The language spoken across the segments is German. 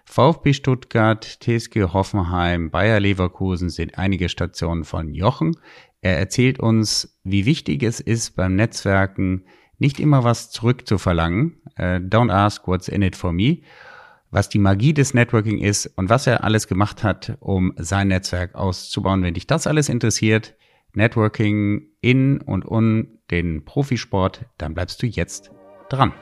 VfB Stuttgart, TSG Hoffenheim, Bayer Leverkusen sind einige Stationen von Jochen. Er erzählt uns, wie wichtig es ist, beim Netzwerken nicht immer was zurückzuverlangen. Don't ask what's in it for me. Was die Magie des Networking ist und was er alles gemacht hat, um sein Netzwerk auszubauen. Wenn dich das alles interessiert, Networking in und um den Profisport, dann bleibst du jetzt dran.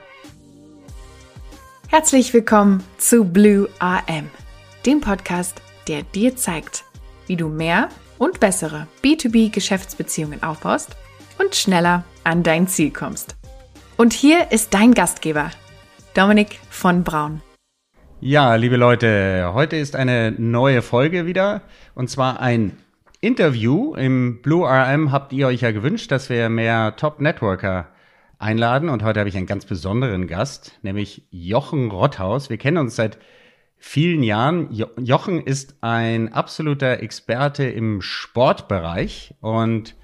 Herzlich willkommen zu Blue AM, dem Podcast, der dir zeigt, wie du mehr und bessere B2B-Geschäftsbeziehungen aufbaust und schneller an dein Ziel kommst. Und hier ist dein Gastgeber, Dominik von Braun. Ja, liebe Leute, heute ist eine neue Folge wieder und zwar ein Interview. Im Blue RM habt ihr euch ja gewünscht, dass wir mehr Top-Networker einladen und heute habe ich einen ganz besonderen Gast, nämlich Jochen Rothaus. Wir kennen uns seit vielen Jahren. Jochen ist ein absoluter Experte im Sportbereich und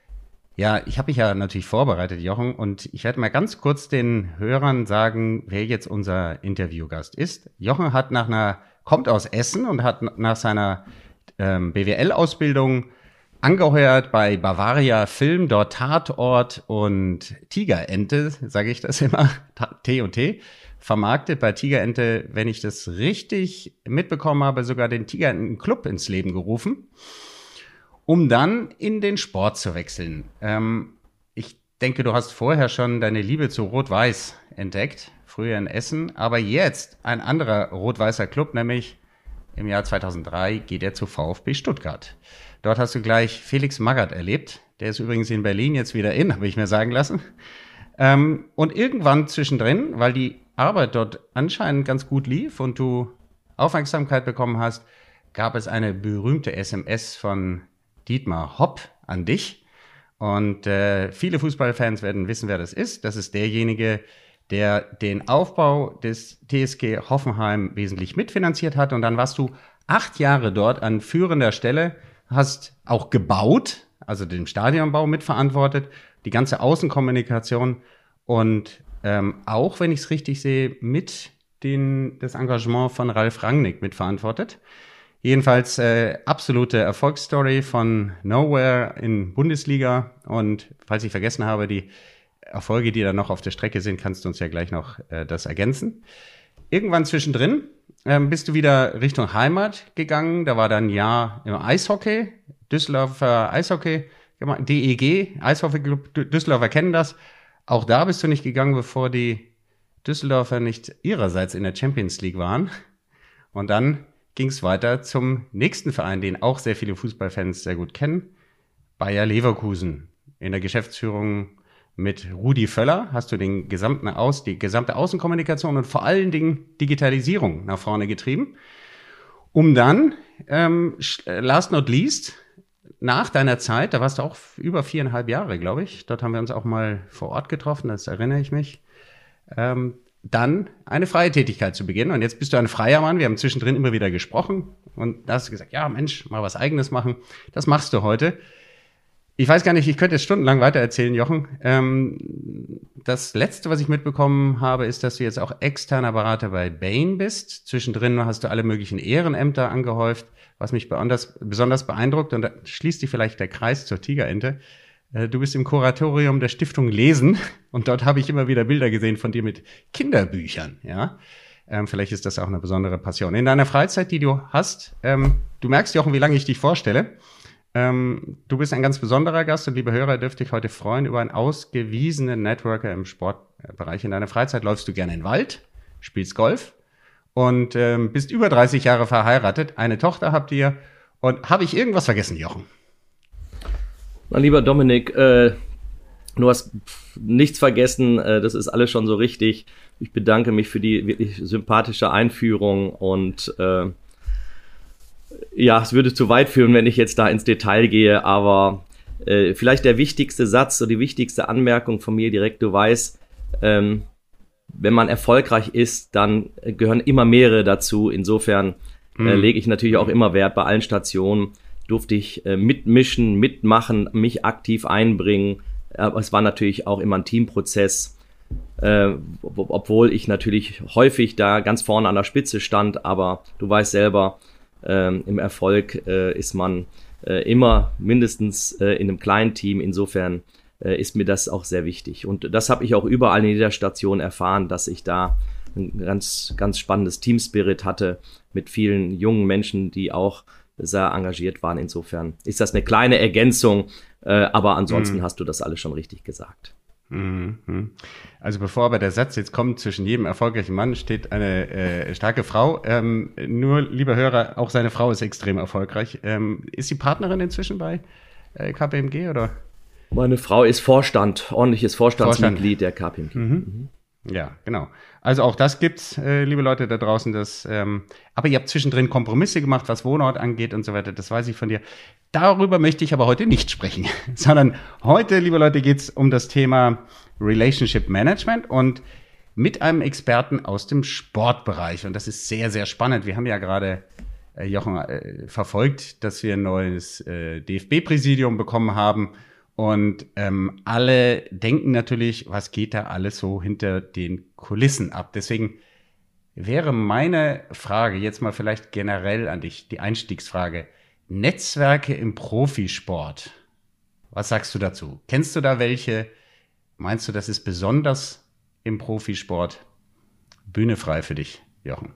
ja, ich habe mich ja natürlich vorbereitet, Jochen, und ich werde mal ganz kurz den Hörern sagen, wer jetzt unser Interviewgast ist. Jochen kommt aus Essen und hat nach seiner BWL-Ausbildung angeheuert bei Bavaria Film, dort Tatort und Tigerente, sage ich das immer, T&T, vermarktet bei Tigerente, wenn ich das richtig mitbekommen habe, sogar den Tigerenten Club ins Leben gerufen, um dann in den Sport zu wechseln. Ich denke, du hast vorher schon deine Liebe zu Rot-Weiß entdeckt, früher in Essen, aber jetzt ein anderer rot-weißer Club, nämlich im Jahr 2003 geht er zu VfB Stuttgart. Dort hast du gleich Felix Magath erlebt. Der ist übrigens in Berlin jetzt wieder habe ich mir sagen lassen. Und irgendwann zwischendrin, weil die Arbeit dort anscheinend ganz gut lief und du Aufmerksamkeit bekommen hast, gab es eine berühmte SMS von Dietmar Hopp an dich. Und viele Fußballfans werden wissen, wer das ist. Das ist derjenige, der den Aufbau des TSG Hoffenheim wesentlich mitfinanziert hat. Und dann warst du 8 Jahre dort an führender Stelle, hast auch gebaut, also den Stadionbau mitverantwortet, die ganze Außenkommunikation und auch, wenn ich es richtig sehe, das Engagement von Ralf Rangnick mitverantwortet. Jedenfalls absolute Erfolgsstory von Nowhere in Bundesliga und falls ich vergessen habe, die Erfolge, die da noch auf der Strecke sind, kannst du uns ja gleich noch das ergänzen. Irgendwann zwischendrin bist du wieder Richtung Heimat gegangen. Da war dann ein Jahr im Eishockey, Düsseldorfer Eishockey, DEG, Eishockey-Club Düsseldorfer kennen das. Auch da bist du nicht gegangen, bevor die Düsseldorfer nicht ihrerseits in der Champions League waren. Und dann ging es weiter zum nächsten Verein, den auch sehr viele Fußballfans sehr gut kennen, Bayer Leverkusen. In der Geschäftsführung mit Rudi Völler hast du die gesamte Außenkommunikation und vor allen Dingen Digitalisierung nach vorne getrieben, um dann, last not least, nach deiner Zeit, da warst du auch über 4,5 Jahre, glaube ich, dort haben wir uns auch mal vor Ort getroffen, das erinnere ich mich, dann eine freie Tätigkeit zu beginnen. Und jetzt bist du ein freier Mann, wir haben zwischendrin immer wieder gesprochen und da hast du gesagt, ja Mensch, mal was Eigenes machen, das machst du heute. Ich weiß gar nicht, ich könnte jetzt stundenlang weitererzählen, Jochen. Das Letzte, was ich mitbekommen habe, ist, dass du jetzt auch externer Berater bei Bain bist. Zwischendrin hast du alle möglichen Ehrenämter angehäuft, was mich besonders beeindruckt. Und da schließt sich vielleicht der Kreis zur Tigerente. Du bist im Kuratorium der Stiftung Lesen und dort habe ich immer wieder Bilder gesehen von dir mit Kinderbüchern. Ja, vielleicht ist das auch eine besondere Passion. In deiner Freizeit, die du hast, du merkst, Jochen, wie lange ich dich vorstelle. Du bist ein ganz besonderer Gast und liebe Hörer, dürft dich heute freuen über einen ausgewiesenen Networker im Sportbereich. In deiner Freizeit läufst du gerne in den Wald, spielst Golf und bist über 30 Jahre verheiratet. Eine Tochter habt ihr. Und habe ich irgendwas vergessen, Jochen? Na, lieber Dominik, du hast nichts vergessen. Das ist alles schon so richtig. Ich bedanke mich für die wirklich sympathische Einführung und ja, es würde zu weit führen, wenn ich jetzt da ins Detail gehe, aber vielleicht der wichtigste Satz oder die wichtigste Anmerkung von mir direkt, du weißt, wenn man erfolgreich ist, dann gehören immer mehrere dazu. Insofern lege ich natürlich auch immer Wert, bei allen Stationen durfte ich mitmischen, mitmachen, mich aktiv einbringen, aber es war natürlich auch immer ein Teamprozess. obwohl ich natürlich häufig da ganz vorne an der Spitze stand, aber du weißt selber, im Erfolg ist man immer mindestens in einem kleinen Team. Insofern ist mir das auch sehr wichtig. Und das habe ich auch überall in jeder Station erfahren, dass ich da ein ganz, ganz spannendes Teamspirit hatte mit vielen jungen Menschen, die auch sehr engagiert waren. Insofern ist das eine kleine Ergänzung, aber ansonsten hast du das alles schon richtig gesagt. Also bevor aber der Satz jetzt kommt, zwischen jedem erfolgreichen Mann steht eine starke Frau. Nur, lieber Hörer, auch seine Frau ist extrem erfolgreich. Ist die Partnerin inzwischen bei KPMG oder? Meine Frau ist ordentliches Vorstandsmitglied der KPMG. Ja, genau. Also auch das gibt's, liebe Leute da draußen. Aber ihr habt zwischendrin Kompromisse gemacht, was Wohnort angeht und so weiter. Das weiß ich von dir. Darüber möchte ich aber heute nicht sprechen, sondern heute, liebe Leute, geht's um das Thema Relationship Management und mit einem Experten aus dem Sportbereich. Und das ist sehr, sehr spannend. Wir haben ja gerade, Jochen, verfolgt, dass wir ein neues DFB-Präsidium bekommen haben. Und alle denken natürlich, was geht da alles so hinter den Kulissen ab? Deswegen wäre meine Frage jetzt mal vielleicht generell an dich, die Einstiegsfrage. Netzwerke im Profisport. Was sagst du dazu? Kennst du da welche? Meinst du, das ist besonders im Profisport? Bühne frei für dich, Jochen.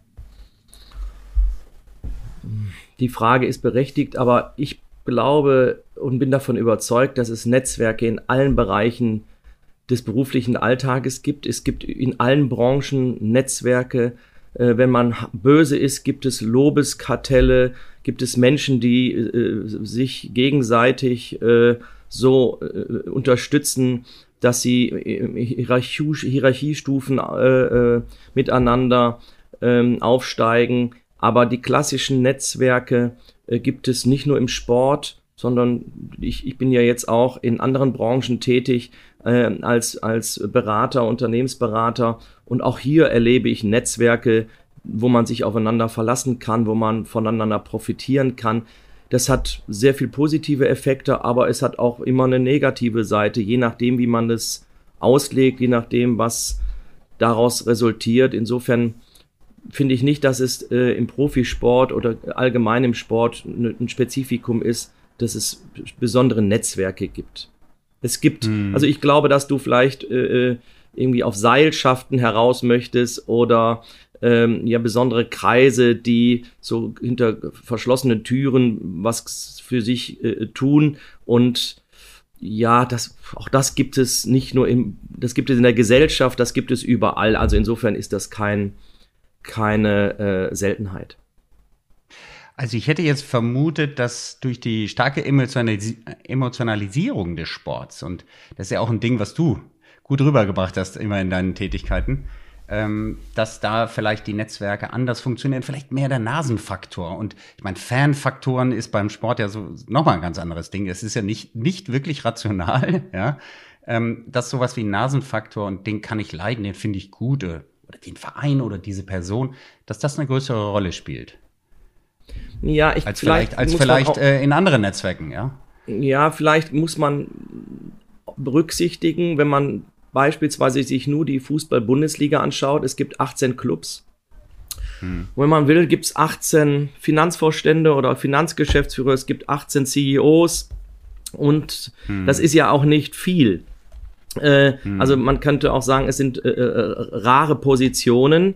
Die Frage ist berechtigt, aber ich glaube und bin davon überzeugt, dass es Netzwerke in allen Bereichen des beruflichen Alltages gibt. Es gibt in allen Branchen Netzwerke. Wenn man böse ist, gibt es Lobeskartelle, gibt es Menschen, die sich gegenseitig so unterstützen, dass sie Hierarchiestufen miteinander aufsteigen. Aber die klassischen Netzwerke gibt es nicht nur im Sport, sondern ich bin ja jetzt auch in anderen Branchen tätig als Berater, Unternehmensberater. Und auch hier erlebe ich Netzwerke, wo man sich aufeinander verlassen kann, wo man voneinander profitieren kann. Das hat sehr viel positive Effekte, aber es hat auch immer eine negative Seite, je nachdem, wie man das auslegt, je nachdem, was daraus resultiert. Insofern finde ich nicht, dass es im Profisport oder allgemein im Sport ein Spezifikum ist, dass es besondere Netzwerke gibt. Es gibt, also ich glaube, dass du vielleicht irgendwie auf Seilschaften heraus möchtest oder besondere Kreise, die so hinter verschlossenen Türen was für sich tun. Und ja, das gibt es nicht nur das gibt es in der Gesellschaft, das gibt es überall. Also insofern ist das keine Seltenheit. Also ich hätte jetzt vermutet, dass durch die starke Emotionalisierung des Sports, und das ist ja auch ein Ding, was du gut rübergebracht hast immer in deinen Tätigkeiten, dass da vielleicht die Netzwerke anders funktionieren, vielleicht mehr der Nasenfaktor. Und ich meine, Fanfaktoren ist beim Sport ja so nochmal ein ganz anderes Ding. Es ist ja nicht wirklich rational, ja, dass sowas wie ein Nasenfaktor, und den kann ich leiden, den finde ich gut, oder den Verein oder diese Person, dass das eine größere Rolle spielt. Ja, als vielleicht in anderen Netzwerken, ja. Ja, vielleicht muss man berücksichtigen, wenn man beispielsweise sich nur die Fußball-Bundesliga anschaut, es gibt 18 Clubs. Wenn man will, gibt es 18 Finanzvorstände oder Finanzgeschäftsführer, es gibt 18 CEOs und das ist ja auch nicht viel. Also man könnte auch sagen, es sind rare Positionen,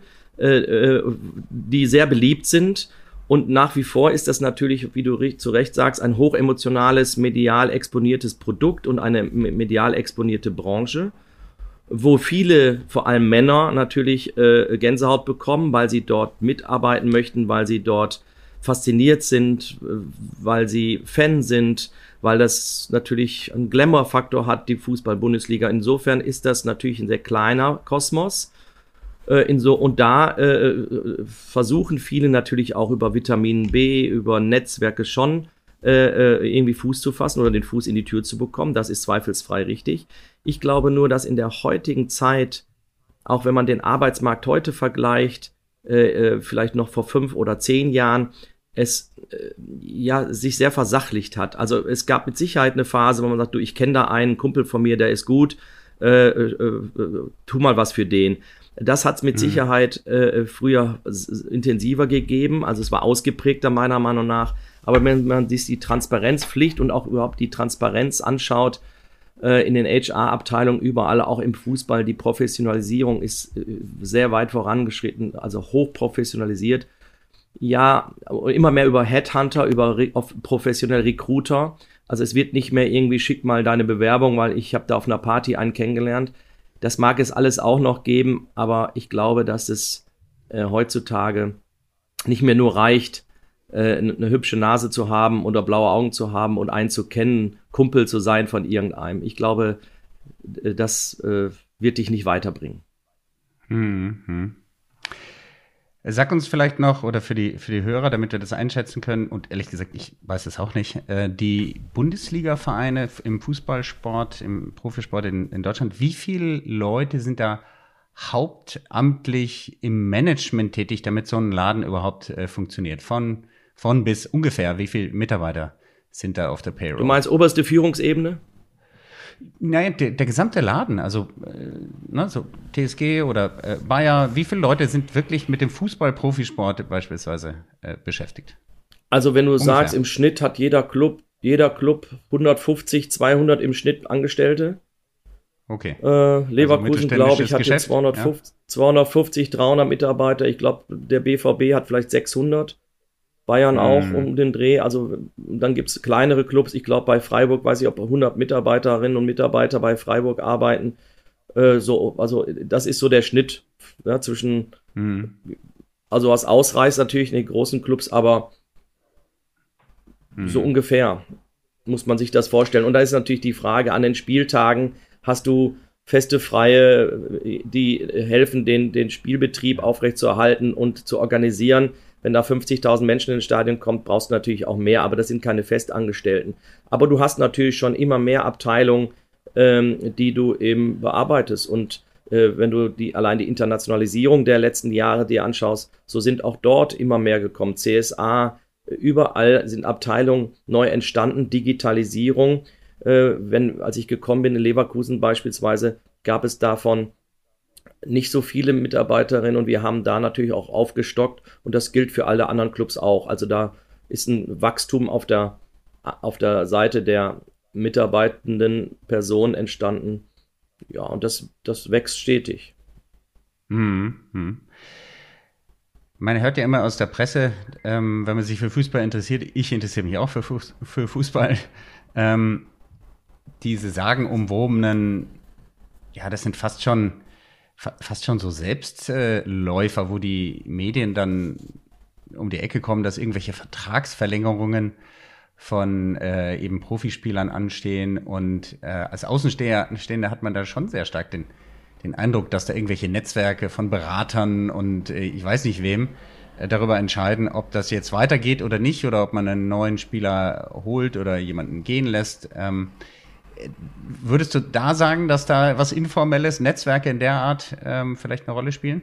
die sehr beliebt sind. Und nach wie vor ist das natürlich, wie du zu Recht sagst, ein hochemotionales, medial exponiertes Produkt und eine medial exponierte Branche, wo viele, vor allem Männer, natürlich Gänsehaut bekommen, weil sie dort mitarbeiten möchten, weil sie dort fasziniert sind, weil sie Fan sind, weil das natürlich einen Glamour-Faktor hat, die Fußball-Bundesliga. Insofern ist das natürlich ein sehr kleiner Kosmos. Und da versuchen viele natürlich auch über Vitamin B, über Netzwerke schon irgendwie Fuß zu fassen oder den Fuß in die Tür zu bekommen. Das ist zweifelsfrei richtig. Ich glaube nur, dass in der heutigen Zeit, auch wenn man den Arbeitsmarkt heute vergleicht, vielleicht noch vor 5 oder 10 Jahren, es sich sehr versachlicht hat. Also es gab mit Sicherheit eine Phase, wo man sagt, du, ich kenne da einen Kumpel von mir, der ist gut, tu mal was für den. Das hat es mit Sicherheit früher intensiver gegeben, also es war ausgeprägter meiner Meinung nach, aber wenn man sich die Transparenzpflicht und auch überhaupt die Transparenz anschaut, in den HR-Abteilungen überall, auch im Fußball, die Professionalisierung ist sehr weit vorangeschritten, also hoch professionalisiert. Ja, immer mehr über Headhunter, über professionelle Recruiter. Also es wird nicht mehr irgendwie, schick mal deine Bewerbung, weil ich habe da auf einer Party einen kennengelernt. Das mag es alles auch noch geben, aber ich glaube, dass es heutzutage nicht mehr nur reicht, eine hübsche Nase zu haben oder blaue Augen zu haben und einen zu kennen, Kumpel zu sein von irgendeinem. Ich glaube, das wird dich nicht weiterbringen. Sag uns vielleicht noch, oder für die Hörer, damit wir das einschätzen können, und ehrlich gesagt, ich weiß es auch nicht, die Bundesliga-Vereine im Fußballsport, im Profisport in Deutschland, wie viele Leute sind da hauptamtlich im Management tätig, damit so ein Laden überhaupt funktioniert? Von bis ungefähr, wie viele Mitarbeiter sind da auf der Payroll? Du meinst oberste Führungsebene? Naja, der gesamte Laden, also so TSG oder Bayer, wie viele Leute sind wirklich mit dem Fußball-Profisport beispielsweise beschäftigt? Also wenn du sagst, im Schnitt hat jeder Club 150, 200 im Schnitt Angestellte. Okay. Leverkusen, also glaube ich, hat jetzt 250, 300 Mitarbeiter. Ich glaube, der BVB hat vielleicht 600. Bayern auch um den Dreh, also dann gibt es kleinere Clubs, ich glaube bei Freiburg, weiß ich, ob 100 Mitarbeiterinnen und Mitarbeiter bei Freiburg arbeiten, also das ist so der Schnitt zwischen, also was ausreißt natürlich in den großen Clubs, aber so ungefähr muss man sich das vorstellen. Und da ist natürlich die Frage, an den Spieltagen hast du feste Freie, die helfen, den Spielbetrieb aufrechtzuerhalten und zu organisieren. Wenn da 50.000 Menschen ins Stadion kommt, brauchst du natürlich auch mehr, aber das sind keine Festangestellten. Aber du hast natürlich schon immer mehr Abteilungen, die du eben bearbeitest. Und wenn du allein die Internationalisierung der letzten Jahre dir anschaust, so sind auch dort immer mehr gekommen. CSA, überall sind Abteilungen neu entstanden, Digitalisierung. Als ich gekommen bin in Leverkusen beispielsweise, gab es davon nicht so viele Mitarbeiterinnen und wir haben da natürlich auch aufgestockt und das gilt für alle anderen Clubs auch. Also da ist ein Wachstum auf der Seite der mitarbeitenden Person entstanden. Ja, und das wächst stetig. Man hört ja immer aus der Presse, wenn man sich für Fußball interessiert, ich interessiere mich auch für Fußball, diese sagenumwobenen, ja, das sind fast schon so Selbstläufer, wo die Medien dann um die Ecke kommen, dass irgendwelche Vertragsverlängerungen von eben Profispielern anstehen. Und als Außenstehender hat man da schon sehr stark den Eindruck, dass da irgendwelche Netzwerke von Beratern und ich weiß nicht wem darüber entscheiden, ob das jetzt weitergeht oder nicht oder ob man einen neuen Spieler holt oder jemanden gehen lässt. Würdest du da sagen, dass da was Informelles, Netzwerke in der Art vielleicht eine Rolle spielen?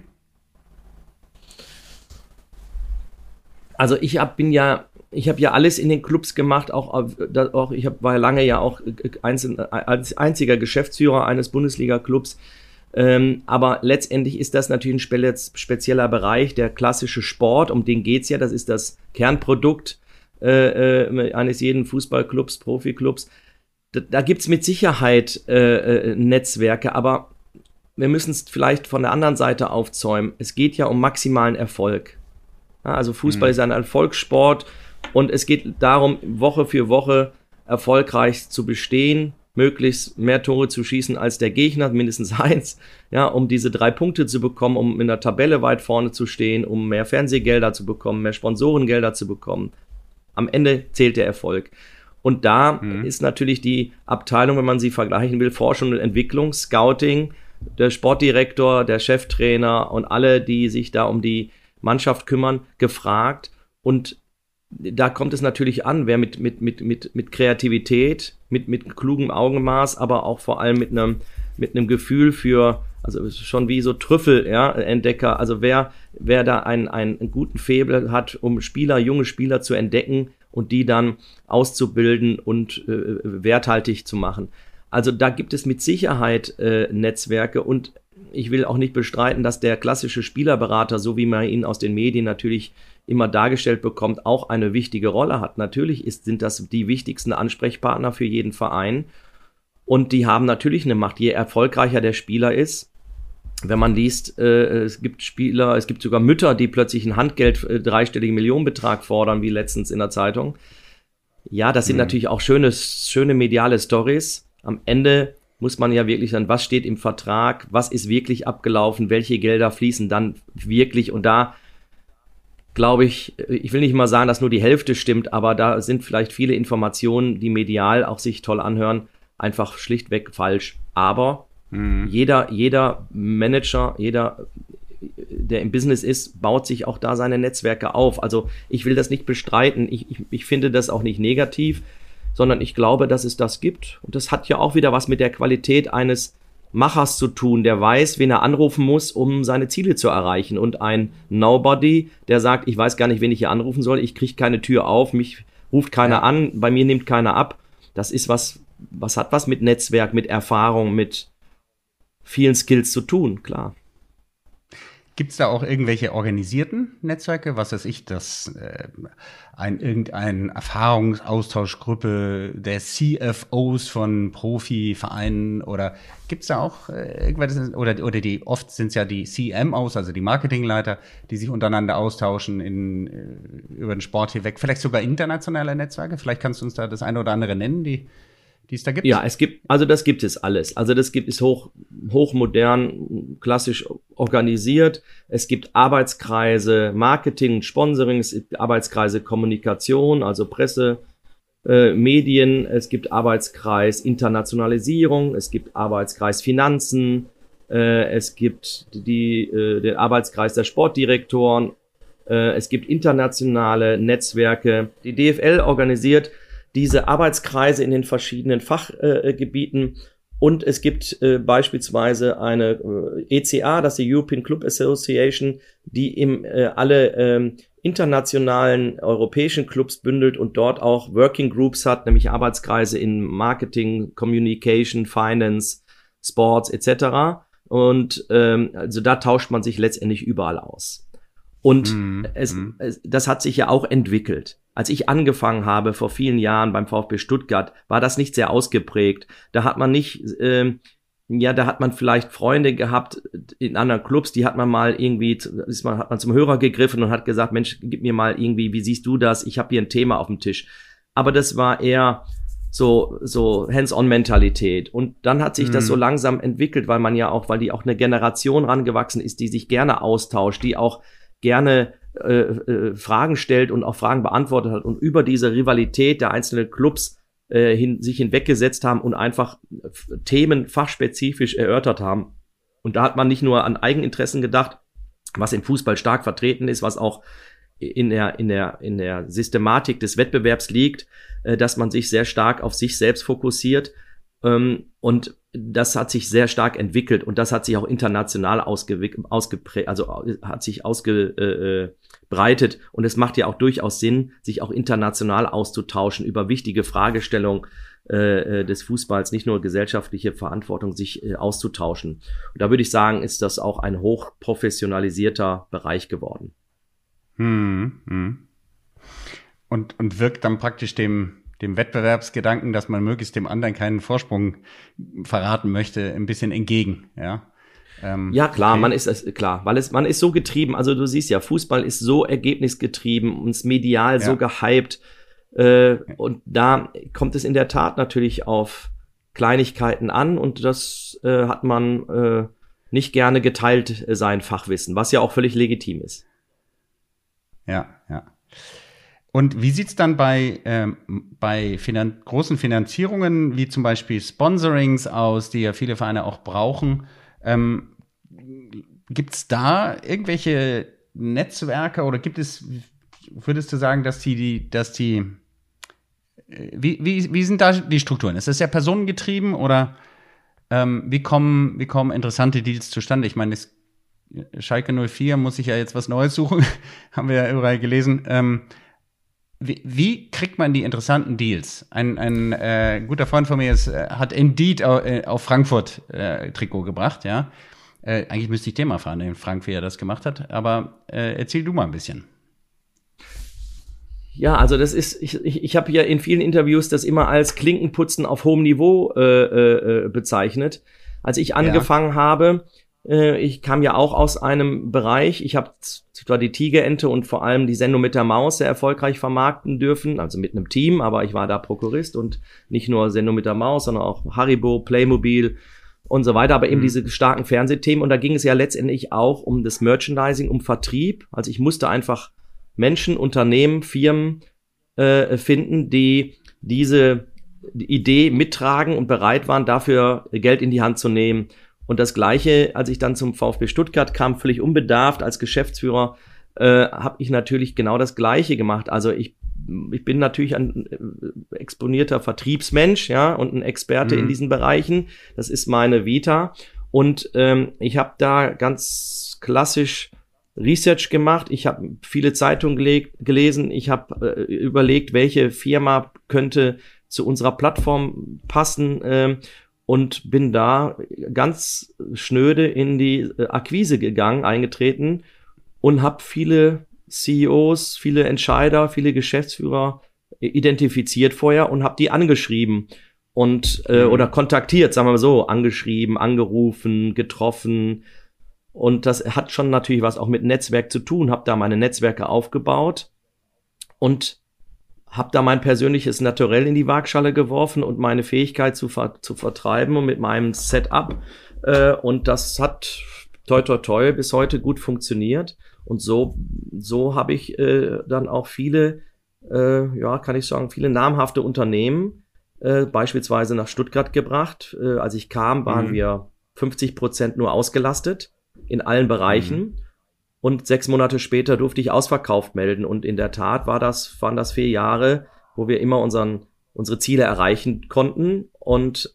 Also ich habe ja alles in den Clubs gemacht, war ja lange ja auch als einziger Geschäftsführer eines Bundesliga-Clubs. Aber letztendlich ist das natürlich ein spezieller Bereich, der klassische Sport, um den geht's ja, das ist das Kernprodukt eines jeden Fußballclubs, Profiklubs. Da gibt's mit Sicherheit Netzwerke, aber wir müssen es vielleicht von der anderen Seite aufzäumen. Es geht ja um maximalen Erfolg. Ja, also Fußball ist ein Erfolgssport und es geht darum, Woche für Woche erfolgreich zu bestehen, möglichst mehr Tore zu schießen als der Gegner, mindestens eins, ja, um diese 3 Punkte zu bekommen, um in der Tabelle weit vorne zu stehen, um mehr Fernsehgelder zu bekommen, mehr Sponsorengelder zu bekommen. Am Ende zählt der Erfolg. Und da ist natürlich die Abteilung, wenn man sie vergleichen will, Forschung und Entwicklung, Scouting, der Sportdirektor, der Cheftrainer und alle, die sich da um die Mannschaft kümmern, gefragt. Und da kommt es natürlich an, wer mit Kreativität, mit klugem Augenmaß, aber auch vor allem mit einem Gefühl für, also schon wie so Trüffel, ja, Entdecker, also wer da einen guten Faible hat, um junge Spieler zu entdecken und die dann auszubilden und werthaltig zu machen. Also da gibt es mit Sicherheit Netzwerke, und ich will auch nicht bestreiten, dass der klassische Spielerberater, so wie man ihn aus den Medien natürlich immer dargestellt bekommt, auch eine wichtige Rolle hat. Natürlich sind das die wichtigsten Ansprechpartner für jeden Verein, und die haben natürlich eine Macht. Je erfolgreicher der Spieler ist, wenn man liest, es gibt sogar Mütter, die plötzlich ein Handgeld, dreistelligen Millionenbetrag fordern, wie letztens in der Zeitung. Ja, das sind natürlich auch schöne mediale Stories. Am Ende muss man ja wirklich sagen, was steht im Vertrag, was ist wirklich abgelaufen, welche Gelder fließen dann wirklich, und da glaube ich will nicht mal sagen, dass nur die Hälfte stimmt, aber da sind vielleicht viele Informationen, die medial auch sich toll anhören, einfach schlichtweg falsch. Aber jeder Manager, der im Business ist, baut sich auch da seine Netzwerke auf. Also ich will das nicht bestreiten, ich finde das auch nicht negativ, sondern ich glaube, dass es das gibt. Und das hat ja auch wieder was mit der Qualität eines Machers zu tun, der weiß, wen er anrufen muss, um seine Ziele zu erreichen. Und ein Nobody, der sagt, ich weiß gar nicht, wen ich hier anrufen soll, ich kriege keine Tür auf, mich ruft keiner an, bei mir nimmt keiner ab. Das ist was hat was mit Netzwerk, mit Erfahrung, mit vielen Skills zu tun, klar. Gibt es da auch irgendwelche organisierten Netzwerke, was weiß ich, irgendeine Erfahrungsaustauschgruppe der CFOs von Profivereinen, oder gibt es da auch irgendwas, oder oft sind es ja die CMOs, also die Marketingleiter, die sich untereinander austauschen über den Sport hinweg, vielleicht sogar internationale Netzwerke? Vielleicht kannst du uns da das eine oder andere nennen, die es da gibt? Ja, das gibt es alles. Also das gibt es hochmodern, klassisch organisiert. Es gibt Arbeitskreise Marketing, Sponsoring, es gibt Arbeitskreise Kommunikation, also Presse, Medien, es gibt Arbeitskreis Internationalisierung, es gibt Arbeitskreis Finanzen, es gibt den Arbeitskreis der Sportdirektoren, es gibt internationale Netzwerke. Die DFL organisiert diese Arbeitskreise in den verschiedenen Fachgebieten, und es gibt beispielsweise eine ECA, das ist die European Club Association, die alle internationalen europäischen Clubs bündelt und dort auch Working Groups hat, nämlich Arbeitskreise in Marketing, Communication, Finance, Sports etc. Und also da tauscht man sich letztendlich überall aus. Und das hat sich ja auch entwickelt. Als ich angefangen habe vor vielen Jahren beim VfB Stuttgart, war das nicht sehr ausgeprägt. Da hat man nicht, da hat man vielleicht Freunde gehabt in anderen Clubs, die hat man mal irgendwie, hat man zum Hörer gegriffen und hat gesagt, Mensch, gib mir mal irgendwie, wie siehst du das? Ich habe hier ein Thema auf dem Tisch. Aber das war eher so Hands-on-Mentalität. Und dann hat sich das so langsam entwickelt, weil die auch eine Generation rangewachsen ist, die sich gerne austauscht, die auch gerne Fragen stellt und auch Fragen beantwortet hat und über diese Rivalität der einzelnen Clubs sich hinweggesetzt haben und einfach Themen fachspezifisch erörtert haben. Und da hat man nicht nur an Eigeninteressen gedacht, was im Fußball stark vertreten ist, was auch in der Systematik des Wettbewerbs liegt, dass man sich sehr stark auf sich selbst fokussiert, und das hat sich sehr stark entwickelt, und das hat sich auch international ausgebreitet, und es macht ja auch durchaus Sinn, sich auch international auszutauschen über wichtige Fragestellungen des Fußballs, nicht nur gesellschaftliche Verantwortung, sich auszutauschen. Und da würde ich sagen, ist das auch ein hochprofessionalisierter Bereich geworden. Und wirkt dann praktisch dem Wettbewerbsgedanken, dass man möglichst dem anderen keinen Vorsprung verraten möchte, ein bisschen entgegen, ja. Ja, klar, okay. Man ist so getrieben, also du siehst ja, Fußball ist so ergebnisgetrieben und medial so gehypt, und da kommt es in der Tat natürlich auf Kleinigkeiten an, und das hat man nicht gerne geteilt, sein Fachwissen, was ja auch völlig legitim ist. Ja. Und wie sieht's dann bei großen Finanzierungen, wie zum Beispiel Sponsorings aus, die ja viele Vereine auch brauchen? Gibt's da irgendwelche Netzwerke, oder würdest du sagen, wie sind da die Strukturen? Ist das ja personengetrieben, oder wie kommen interessante Deals zustande? Ich meine, Schalke 04 muss sich ja jetzt was Neues suchen, haben wir ja überall gelesen. wie kriegt man die interessanten Deals? Ein guter Freund von mir hat Indeed auf Frankfurt Trikot gebracht, ja. Eigentlich müsste ich den mal fragen, den Frank, wie er das gemacht hat. Aber erzähl du mal ein bisschen. Ja, also das ist, ich habe ja in vielen Interviews das immer als Klinkenputzen auf hohem Niveau bezeichnet. Als ich angefangen habe, ich kam ja auch aus einem Bereich, ich habe zwar die Tigerente und vor allem die Sendung mit der Maus sehr erfolgreich vermarkten dürfen, also mit einem Team, aber ich war da Prokurist und nicht nur Sendung mit der Maus, sondern auch Haribo, Playmobil und so weiter, aber eben diese starken Fernsehthemen. Und da ging es ja letztendlich auch um das Merchandising, um Vertrieb. Also ich musste einfach Menschen, Unternehmen, Firmen finden, die diese Idee mittragen und bereit waren, dafür Geld in die Hand zu nehmen. Und das Gleiche, als ich dann zum VfB Stuttgart kam, völlig unbedarft als Geschäftsführer, habe ich natürlich genau das Gleiche gemacht. Also ich bin natürlich ein exponierter Vertriebsmensch, ja, und ein Experte in diesen Bereichen. Das ist meine Vita. Und ich habe da ganz klassisch Research gemacht. Ich habe viele Zeitungen gelesen. Ich habe überlegt, welche Firma könnte zu unserer Plattform passen, und bin da ganz schnöde in die Akquise eingetreten und habe viele CEOs, viele Entscheider, viele Geschäftsführer identifiziert vorher und habe die angeschrieben und oder kontaktiert, sagen wir mal so, angeschrieben, angerufen, getroffen. Und das hat schon natürlich was auch mit Netzwerk zu tun, habe da meine Netzwerke aufgebaut und habe da mein persönliches Naturell in die Waagschale geworfen und meine Fähigkeit zu vertreiben und mit meinem Setup. Und das hat toi toi toi bis heute gut funktioniert. Und so habe ich dann auch viele, kann ich sagen, viele namhafte Unternehmen beispielsweise nach Stuttgart gebracht. Als ich kam, waren wir 50% nur ausgelastet in allen Bereichen. Und 6 Monate später durfte ich ausverkauft melden. Und in der Tat waren das 4 Jahre, wo wir immer unsere Ziele erreichen konnten. Und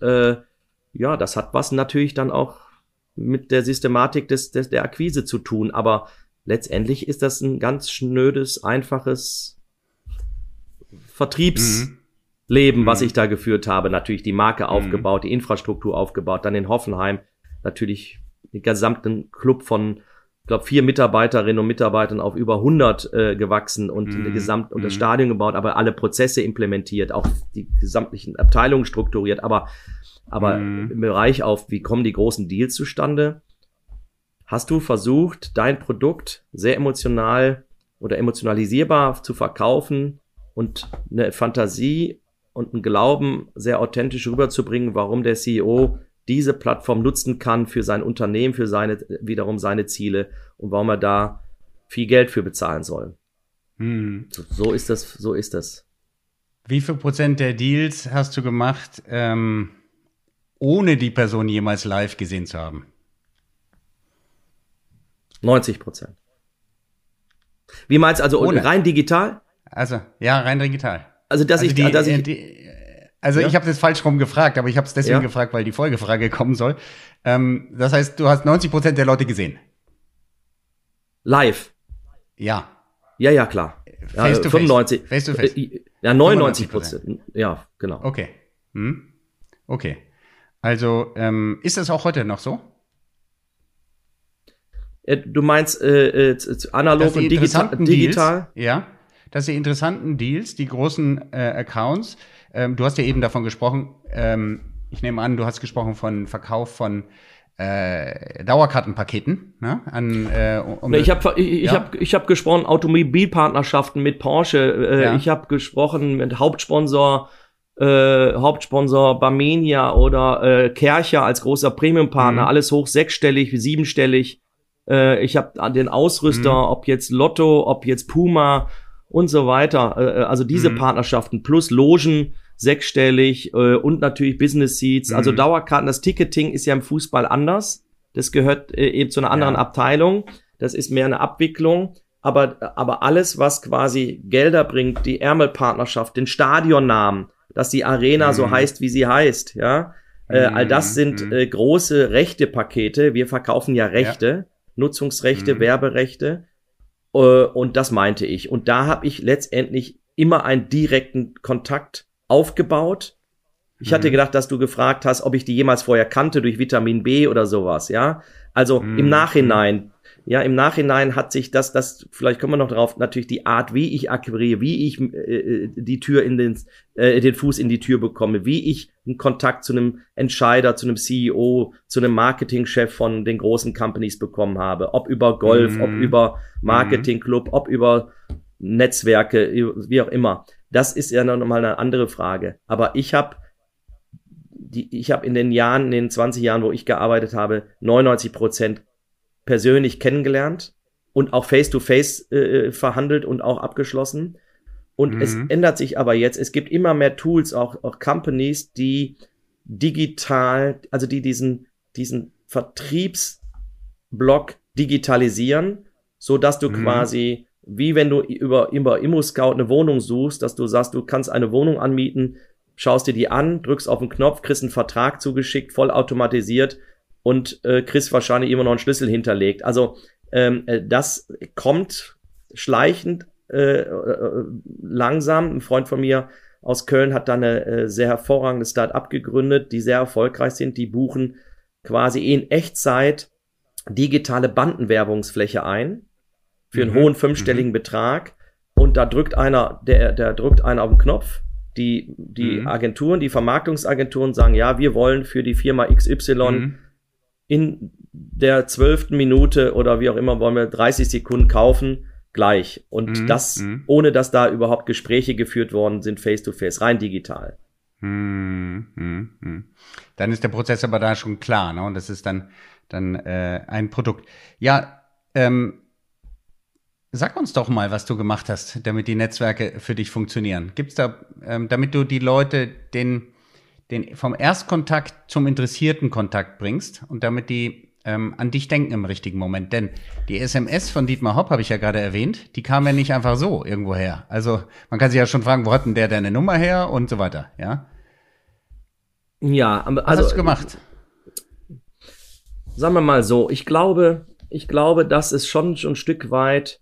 das hat was natürlich dann auch mit der Systematik der Akquise zu tun. Aber letztendlich ist das ein ganz schnödes, einfaches Vertriebsleben, was ich da geführt habe. Natürlich die Marke aufgebaut, die Infrastruktur aufgebaut, dann in Hoffenheim natürlich den gesamten Club von, ich glaube, 4 Mitarbeiterinnen und Mitarbeitern auf über 100 gewachsen und und das Stadion gebaut, aber alle Prozesse implementiert, auch die gesamtlichen Abteilungen strukturiert, aber im Bereich auf, wie kommen die großen Deals zustande, hast du versucht, dein Produkt sehr emotional oder emotionalisierbar zu verkaufen und eine Fantasie und einen Glauben sehr authentisch rüberzubringen, warum der CEO diese Plattform nutzen kann für sein Unternehmen, für wiederum seine Ziele und warum er da viel Geld für bezahlen soll. So ist das. Wie viel Prozent der Deals hast du gemacht, ohne die Person jemals live gesehen zu haben? 90%. Wie meinst du, also ohne. Rein digital? Also, ja, rein digital. Ich habe das falsch rum gefragt, aber ich habe es deswegen gefragt, weil die Folgefrage kommen soll. Das heißt, du hast 90% der Leute gesehen? Live? Ja. Ja, klar. Face to 95. Face to face. Ja, 99%. Ja, genau. Okay. Okay. Also, ist das auch heute noch so? Du meinst analog und digital? Ja, dass die interessanten Deals, die großen Accounts, du hast ja eben davon gesprochen, ich nehme an, du hast gesprochen von Verkauf von Dauerkartenpaketen, ne? Ich habe gesprochen Automobilpartnerschaften mit Porsche. Ich habe gesprochen mit Hauptsponsor Barmenia oder Kärcher als großer Premiumpartner, alles hoch 6-stellig, 7-stellig. Ich habe den Ausrüster, ob jetzt Lotto, ob jetzt Puma und so weiter. Also diese Partnerschaften plus Logen 6-stellig und natürlich Business Seats. Also Dauerkarten, das Ticketing ist ja im Fußball anders. Das gehört eben zu einer anderen Abteilung. Das ist mehr eine Abwicklung. Aber alles, was quasi Gelder bringt, die Ärmelpartnerschaft, den Stadionnamen, dass die Arena so heißt, wie sie heißt, ja. All das sind große Rechte-Pakete. Wir verkaufen ja Rechte, Nutzungsrechte, Werberechte. Und das meinte ich. Und da habe ich letztendlich immer einen direkten Kontakt aufgebaut. Ich hatte gedacht, dass du gefragt hast, ob ich die jemals vorher kannte durch Vitamin B oder sowas, ja. Also im Nachhinein hat sich das, vielleicht kommen wir noch drauf, natürlich die Art, wie ich akquiriere, wie ich die Tür den Fuß in die Tür bekomme, wie ich einen Kontakt zu einem Entscheider, zu einem CEO, zu einem Marketingchef von den großen Companies bekommen habe, ob über Golf, ob über Marketingclub, ob über Netzwerke, wie auch immer. Das ist ja noch mal eine andere Frage. Aber ich habe in den 20 Jahren, wo ich gearbeitet habe, 99% persönlich kennengelernt und auch face-to-face verhandelt und auch abgeschlossen. Und es ändert sich aber jetzt. Es gibt immer mehr Tools, auch Companies, die digital, also die diesen Vertriebsblock digitalisieren, so dass du quasi, wie wenn du über ImmoScout eine Wohnung suchst, dass du sagst, du kannst eine Wohnung anmieten, schaust dir die an, drückst auf den Knopf, kriegst einen Vertrag zugeschickt, vollautomatisiert und kriegst wahrscheinlich immer noch einen Schlüssel hinterlegt. Also das kommt schleichend, langsam. Ein Freund von mir aus Köln hat da eine sehr hervorragende Start-up gegründet, die sehr erfolgreich sind. Die buchen quasi in Echtzeit digitale Bandenwerbungsfläche ein für einen hohen fünfstelligen Betrag. Und da drückt einer, der drückt einer auf den Knopf. Die Agenturen, die Vermarktungsagenturen sagen, ja, wir wollen für die Firma XY in der 12. Minute oder wie auch immer wollen wir 30 Sekunden kaufen, gleich. Und das, ohne dass da überhaupt Gespräche geführt worden sind, face-to-face, rein digital. Dann ist der Prozess aber da schon klar, ne? Und das ist dann ein Produkt. Ja, sag uns doch mal, was du gemacht hast, damit die Netzwerke für dich funktionieren. Gibt's da, damit du die Leute den vom Erstkontakt zum interessierten Kontakt bringst und damit die an dich denken im richtigen Moment? Denn die SMS von Dietmar Hopp, habe ich ja gerade erwähnt, die kam ja nicht einfach so irgendwo her. Also man kann sich ja schon fragen, wo hat denn der deine Nummer her und so weiter, ja? Ja, also was hast du gemacht? Sagen wir mal so, ich glaube, dass es schon ein Stück weit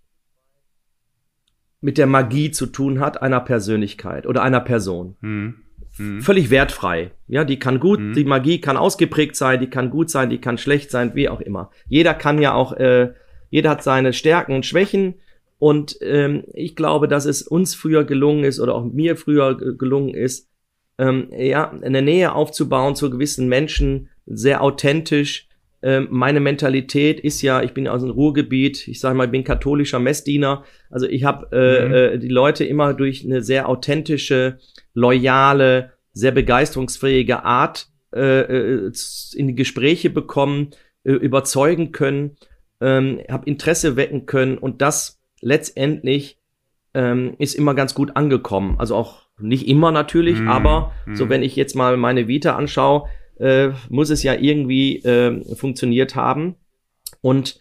mit der Magie zu tun hat, einer Persönlichkeit oder einer Person. Völlig wertfrei. Ja, die kann gut, die Magie kann ausgeprägt sein, die kann gut sein, die kann schlecht sein, wie auch immer. Jeder kann ja auch, jeder hat seine Stärken und Schwächen und ich glaube, dass es uns früher gelungen ist oder auch mir früher gelungen ist, eine Nähe aufzubauen zu gewissen Menschen, sehr authentisch. Meine Mentalität ist ja, ich bin aus dem Ruhrgebiet, ich sage mal, ich bin katholischer Messdiener. Also ich habe die Leute immer durch eine sehr authentische, loyale, sehr begeisterungsfähige Art in die Gespräche bekommen, überzeugen können, habe Interesse wecken können und das letztendlich ist immer ganz gut angekommen. Also auch nicht immer natürlich, aber so wenn ich jetzt mal meine Vita anschaue, muss es ja irgendwie funktioniert haben. Und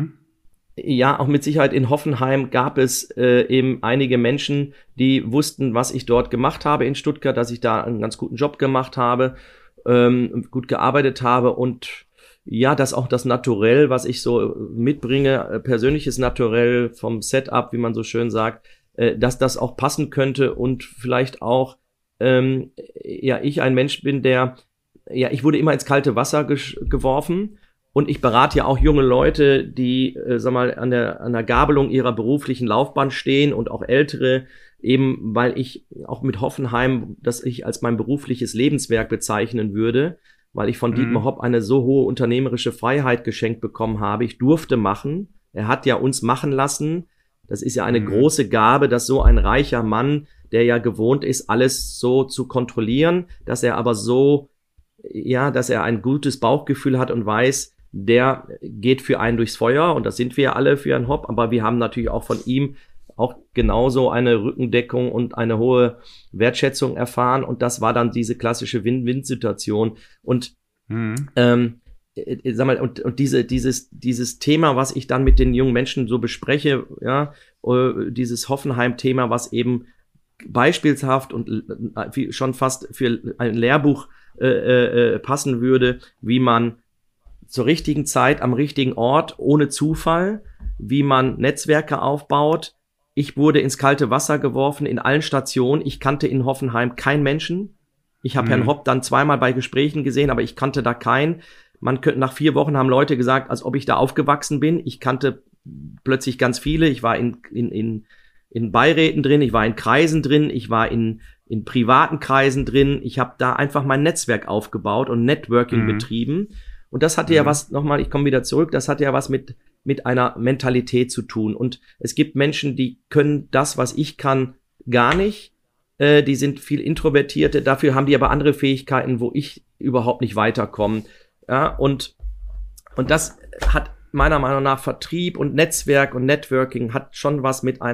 ja, auch mit Sicherheit in Hoffenheim gab es eben einige Menschen, die wussten, was ich dort gemacht habe in Stuttgart, dass ich da einen ganz guten Job gemacht habe, gut gearbeitet habe und ja, dass auch das Naturell, was ich so mitbringe, persönliches Naturell vom Setup, wie man so schön sagt, dass das auch passen könnte und vielleicht auch, ich ein Mensch bin, ich wurde immer ins kalte Wasser geworfen und ich berate ja auch junge Leute, die, an der Gabelung ihrer beruflichen Laufbahn stehen und auch ältere, eben weil ich auch mit Hoffenheim, das ich als mein berufliches Lebenswerk bezeichnen würde, weil ich von Dietmar Hopp eine so hohe unternehmerische Freiheit geschenkt bekommen habe. Ich durfte machen. Er hat ja uns machen lassen. Das ist ja eine große Gabe, dass so ein reicher Mann, der ja gewohnt ist, alles so zu kontrollieren, dass er aber so dass er ein gutes Bauchgefühl hat und weiß, der geht für einen durchs Feuer und das sind wir ja alle für einen Hopp, aber wir haben natürlich auch von ihm auch genauso eine Rückendeckung und eine hohe Wertschätzung erfahren und das war dann diese klassische Win-Win-Situation und dieses Thema, was ich dann mit den jungen Menschen so bespreche, dieses Hoffenheim-Thema, was eben beispielshaft und schon fast für ein Lehrbuch passen würde, wie man zur richtigen Zeit am richtigen Ort ohne Zufall, wie man Netzwerke aufbaut, Ich wurde ins kalte Wasser geworfen in allen Stationen. Ich kannte in Hoffenheim keinen Menschen. Ich habe Herrn Hopp dann zweimal bei Gesprächen gesehen, aber ich kannte da keinen. Nach 4 Wochen haben Leute gesagt, als ob ich da aufgewachsen bin. Ich kannte plötzlich ganz viele. Ich war in Beiräten drin, ich war in Kreisen drin, ich war in privaten Kreisen drin. Ich habe da einfach mein Netzwerk aufgebaut und Networking betrieben. Und das hatte ja was, nochmal, ich komme wieder zurück, das hatte ja was mit einer Mentalität zu tun. Und es gibt Menschen, die können das, was ich kann, gar nicht. Die sind viel introvertierte, dafür haben die aber andere Fähigkeiten, wo ich überhaupt nicht weiterkomme. Ja, und das hat meiner Meinung nach Vertrieb und Netzwerk und Networking hat schon was mit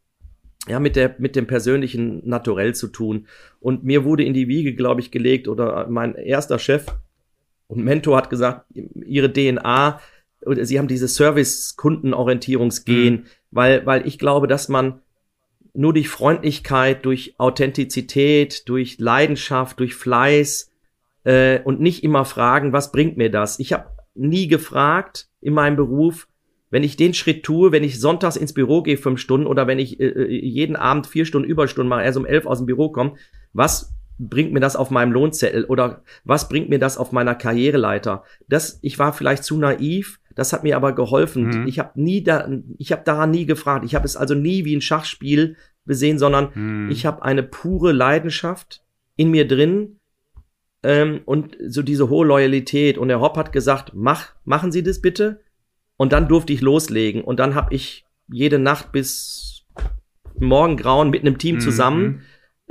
mit dem persönlichen Naturell zu tun. Und mir wurde in die Wiege, glaube ich, gelegt, oder mein erster Chef und Mentor hat gesagt, ihre DNA, sie haben dieses Service-Kundenorientierungsgen, weil ich glaube, dass man nur durch Freundlichkeit, durch Authentizität, durch Leidenschaft, durch Fleiß und nicht immer fragen, was bringt mir das? Ich habe nie gefragt in meinem Beruf, wenn ich den Schritt tue, wenn ich sonntags ins Büro gehe 5 Stunden oder wenn ich jeden Abend 4 Stunden Überstunden mache, erst um 11 aus dem Büro komme, was bringt mir das auf meinem Lohnzettel oder was bringt mir das auf meiner Karriereleiter? Ich war vielleicht zu naiv, das hat mir aber geholfen. Ich habe daran nie gefragt. Ich habe es also nie wie ein Schachspiel gesehen, sondern ich habe eine pure Leidenschaft in mir drin und so diese hohe Loyalität. Und der Hopp hat gesagt, machen Sie das bitte. Und dann durfte ich loslegen. Und dann habe ich jede Nacht bis Morgengrauen mit einem Team zusammen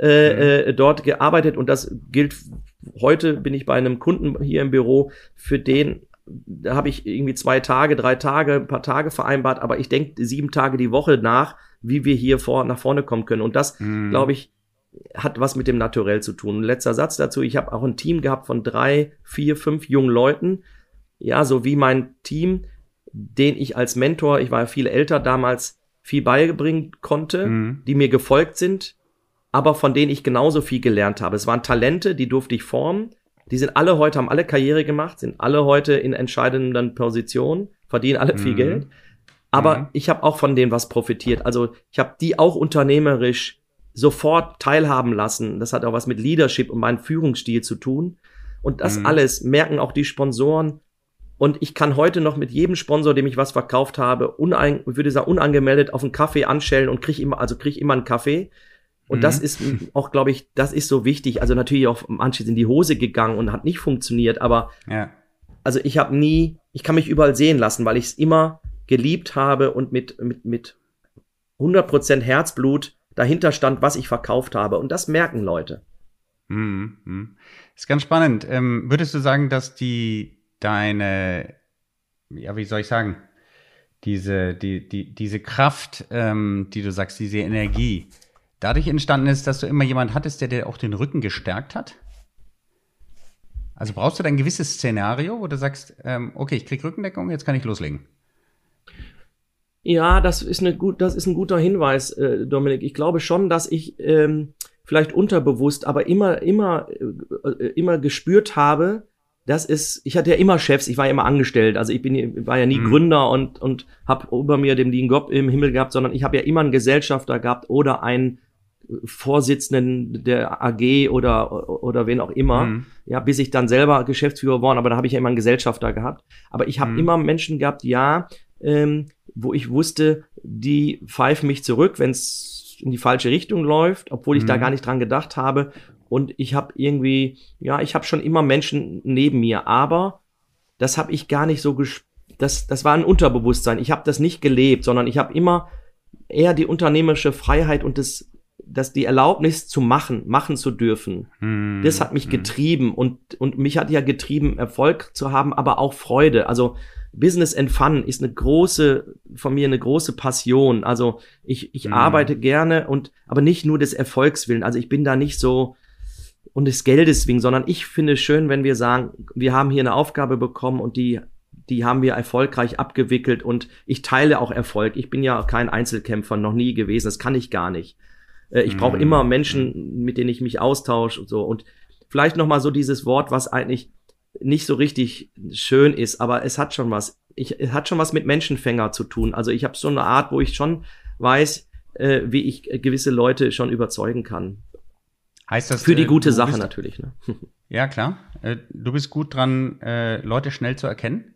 dort gearbeitet. Und das gilt, heute bin ich bei einem Kunden hier im Büro, für den da habe ich irgendwie 2 Tage, 3 Tage, ein paar Tage vereinbart, aber ich denke 7 Tage die Woche nach, wie wir hier nach vorne kommen können. Und das, glaube ich, hat was mit dem Naturell zu tun. Und letzter Satz dazu, ich habe auch ein Team gehabt von 3, 4, 5 jungen Leuten, ja, so wie mein Team, den ich als Mentor, ich war ja viel älter damals, viel beibringen konnte, die mir gefolgt sind, aber von denen ich genauso viel gelernt habe. Es waren Talente, die durfte ich formen. Die sind alle heute, haben alle Karriere gemacht, sind alle heute in entscheidenden Positionen, verdienen alle viel Geld. Aber ich habe auch von denen was profitiert. Also ich habe die auch unternehmerisch sofort teilhaben lassen. Das hat auch was mit Leadership und meinem Führungsstil zu tun. Und das alles merken auch die Sponsoren. Und ich kann heute noch mit jedem Sponsor, dem ich was verkauft habe, unangemeldet auf einen Kaffee anstellen und krieg immer einen Kaffee. Und das ist auch, glaube ich, das ist so wichtig. Also natürlich auch manches in die Hose gegangen und hat nicht funktioniert, aber also ich kann mich überall sehen lassen, weil ich es immer geliebt habe und mit 100% Herzblut dahinter stand, was ich verkauft habe. Und das merken Leute. Ist ganz spannend. Würdest du sagen, dass deine, wie soll ich sagen, diese Kraft, die du sagst, diese Energie, dadurch entstanden ist, dass du immer jemanden hattest, der dir auch den Rücken gestärkt hat? Also brauchst du da ein gewisses Szenario, wo du sagst, okay, ich krieg Rückendeckung, jetzt kann ich loslegen? Ja, das ist ein guter Hinweis, Dominik. Ich glaube schon, dass ich vielleicht unterbewusst, aber immer gespürt habe, ich hatte ja immer Chefs, ich war ja immer angestellt, also war ja nie Gründer und habe über mir den lieben Gott im Himmel gehabt, sondern ich habe ja immer einen Gesellschafter gehabt oder einen Vorsitzenden der AG oder wen auch immer, ja, bis ich dann selber Geschäftsführer geworden, aber da habe ich ja immer einen Gesellschafter gehabt. Aber ich habe immer Menschen gehabt, wo ich wusste, die pfeifen mich zurück, wenn es in die falsche Richtung läuft, obwohl ich da gar nicht dran gedacht habe. Und ich habe ich habe schon immer Menschen neben mir, aber das habe ich gar nicht so das war ein Unterbewusstsein. Ich habe das nicht gelebt, sondern ich habe immer eher die unternehmerische Freiheit und die Erlaubnis zu machen zu dürfen. Das hat mich getrieben und mich hat ja getrieben, Erfolg zu haben, aber auch Freude. Also Business and Fun ist von mir eine große Passion. Also ich arbeite gerne aber nicht nur des Erfolgs willen. Also ich bin da nicht so und des Geldes wegen, sondern ich finde es schön, wenn wir sagen, wir haben hier eine Aufgabe bekommen und die haben wir erfolgreich abgewickelt und ich teile auch Erfolg. Ich bin ja kein Einzelkämpfer, noch nie gewesen, das kann ich gar nicht. Ich brauche immer Menschen, mit denen ich mich austausche und so. Und vielleicht noch mal so dieses Wort, was eigentlich nicht so richtig schön ist, aber es hat schon was. Es hat schon was mit Menschenfänger zu tun. Also ich habe so eine Art, wo ich schon weiß, wie ich gewisse Leute schon überzeugen kann. Heißt das, für die gute Sache natürlich. Ne? Ja, klar. Du bist gut dran, Leute schnell zu erkennen?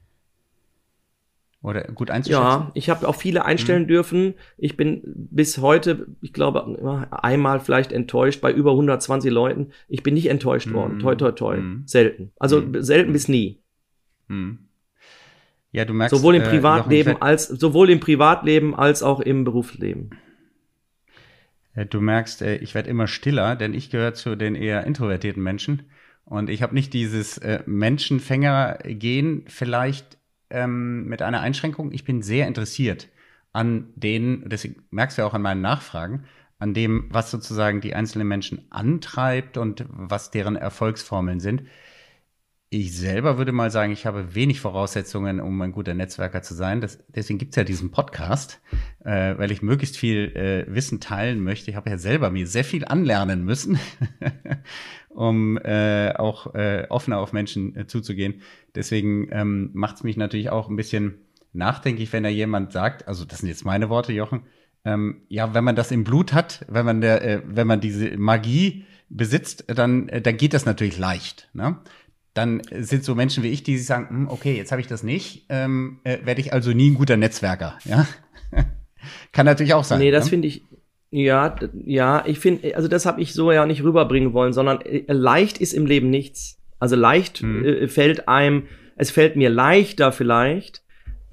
Oder gut einzuschätzen? Ja, ich habe auch viele einstellen dürfen. Ich bin bis heute, ich glaube, einmal vielleicht enttäuscht bei über 120 Leuten. Ich bin nicht enttäuscht worden. Toi, toi, toi. Selten. Also selten bis nie. Ja, du merkst, sowohl im Privatleben als auch im Berufsleben. Du merkst, ich werde immer stiller, denn ich gehöre zu den eher introvertierten Menschen. Und ich habe nicht dieses Menschenfänger-Gen vielleicht mit einer Einschränkung. Ich bin sehr interessiert an denen, deswegen merkst du ja auch an meinen Nachfragen, an dem, was sozusagen die einzelnen Menschen antreibt und was deren Erfolgsformeln sind. Ich selber würde mal sagen, ich habe wenig Voraussetzungen, um ein guter Netzwerker zu sein. Deswegen gibt's ja diesen Podcast, weil ich möglichst viel Wissen teilen möchte. Ich habe ja selber mir sehr viel anlernen müssen, um auch offener auf Menschen zuzugehen. Deswegen macht's mich natürlich auch ein bisschen nachdenklich, wenn da jemand sagt, also das sind jetzt meine Worte, Jochen, ja, wenn man das im Blut hat, wenn man diese Magie besitzt, dann geht das natürlich leicht, ne? Dann sind so Menschen wie ich, die sagen, okay, jetzt habe ich das nicht, werde ich also nie ein guter Netzwerker, ja? Kann natürlich auch sein. Nee, das finde ich, ja, ich finde, also das habe ich so ja nicht rüberbringen wollen, sondern leicht ist im Leben nichts. Also leicht es fällt mir leichter vielleicht,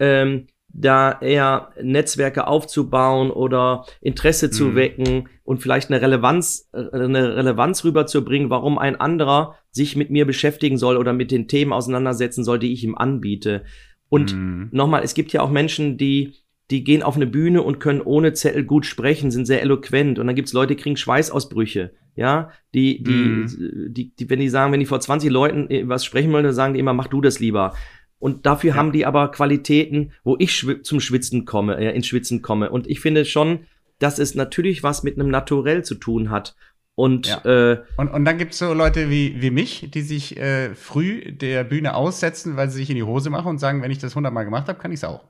da eher Netzwerke aufzubauen oder Interesse zu wecken und vielleicht eine Relevanz rüberzubringen, warum ein anderer sich mit mir beschäftigen soll oder mit den Themen auseinandersetzen soll, die ich ihm anbiete. Und nochmal, es gibt ja auch Menschen, die gehen auf eine Bühne und können ohne Zettel gut sprechen, sind sehr eloquent. Und dann gibt's Leute, die kriegen Schweißausbrüche. Ja, wenn die vor 20 Leuten was sprechen wollen, dann sagen die immer, mach du das lieber. Und dafür haben die aber Qualitäten, wo ich zum Schwitzen komme, ins Schwitzen komme. Und ich finde schon, dass es natürlich was mit einem Naturell zu tun hat. Und dann gibt's so Leute wie mich, die sich früh der Bühne aussetzen, weil sie sich in die Hose machen und sagen, wenn ich das 100-mal gemacht habe, kann ich's auch.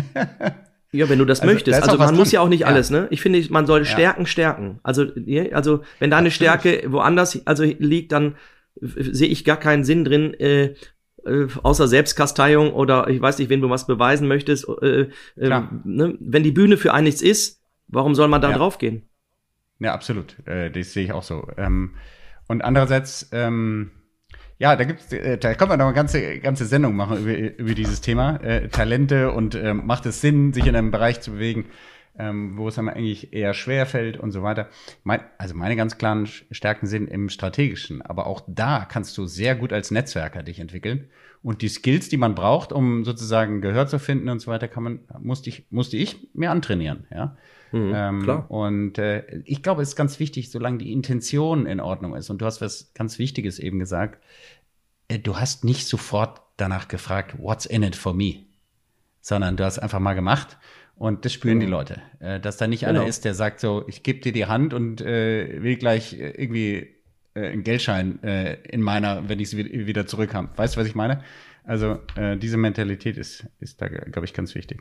Ja, wenn du das möchtest. Also man muss ja auch nicht alles, ne? Ich finde, man soll stärken. Also wenn deine Stärke woanders liegt, dann sehe ich gar keinen Sinn drin, außer Selbstkasteiung oder ich weiß nicht, wen du was beweisen möchtest. Ne? Wenn die Bühne für einen nichts ist, warum soll man da draufgehen? Ja, absolut. Das sehe ich auch so. Und andererseits, da können wir noch eine ganze Sendung machen über dieses Thema. Talente und macht es Sinn, sich in einem Bereich zu bewegen, wo es einem eigentlich eher schwer fällt und so weiter. Meine ganz klaren Stärken sind im Strategischen, aber auch da kannst du sehr gut als Netzwerker dich entwickeln. Und die Skills, die man braucht, um sozusagen Gehör zu finden und so weiter, musste ich mir antrainieren, ja. Klar. Und ich glaube, es ist ganz wichtig, solange die Intention in Ordnung ist. Und du hast was ganz Wichtiges eben gesagt. Du hast nicht sofort danach gefragt, what's in it for me? Sondern du hast einfach mal gemacht. Und das spüren die Leute. Dass da nicht einer ist, der sagt so, ich gebe dir die Hand und will gleich irgendwie einen Geldschein wenn ich sie wieder zurück habe. Weißt du, was ich meine? Also diese Mentalität ist da, glaube ich, ganz wichtig.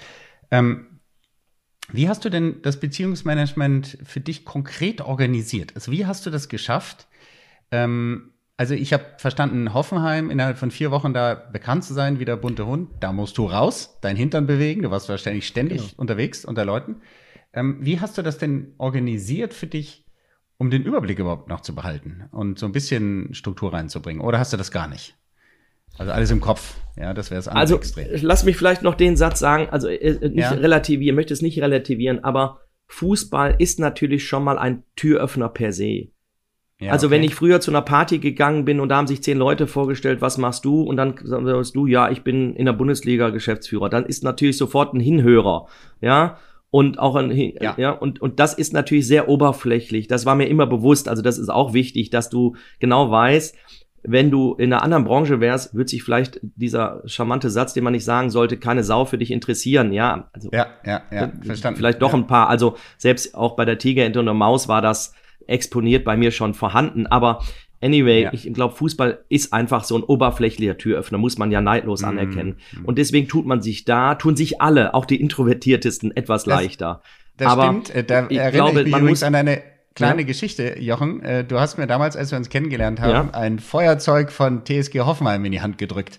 Wie hast du denn das Beziehungsmanagement für dich konkret organisiert? Also wie hast du das geschafft? Also ich habe verstanden, Hoffenheim innerhalb von 4 Wochen da bekannt zu sein, wie der bunte Hund. Da musst du raus, deinen Hintern bewegen. Du warst wahrscheinlich ständig unterwegs unter Leuten. Wie hast du das denn organisiert für dich, um den Überblick überhaupt noch zu behalten und so ein bisschen Struktur reinzubringen? Oder hast du das gar nicht? Also alles im Kopf, ja, das wäre das andere Extrem. Lass mich vielleicht noch den Satz sagen, also relativieren, möchte es nicht relativieren, aber Fußball ist natürlich schon mal ein Türöffner per se. Ja, also wenn ich früher zu einer Party gegangen bin und da haben sich 10 Leute vorgestellt, was machst du? Und dann sagst du, ja, ich bin in der Bundesliga Geschäftsführer. Dann ist natürlich sofort ein Hinhörer, ja. Und auch und das ist natürlich sehr oberflächlich. Das war mir immer bewusst. Also das ist auch wichtig, dass du genau weißt, wenn du in einer anderen Branche wärst, wird sich vielleicht dieser charmante Satz, den man nicht sagen sollte, keine Sau für dich interessieren, ja. Also, verstanden. Vielleicht doch ein paar, also selbst auch bei der Tigerente und der Maus war das exponiert bei mir schon vorhanden, aber anyway, ich glaube, Fußball ist einfach so ein oberflächlicher Türöffner, muss man ja neidlos anerkennen. Und deswegen tun sich alle, auch die Introvertiertesten, etwas leichter. Das stimmt. Da erinnere ich mich übrigens an eine kleine Geschichte, Jochen. Du hast mir damals, als wir uns kennengelernt haben, ein Feuerzeug von TSG Hoffenheim in die Hand gedrückt.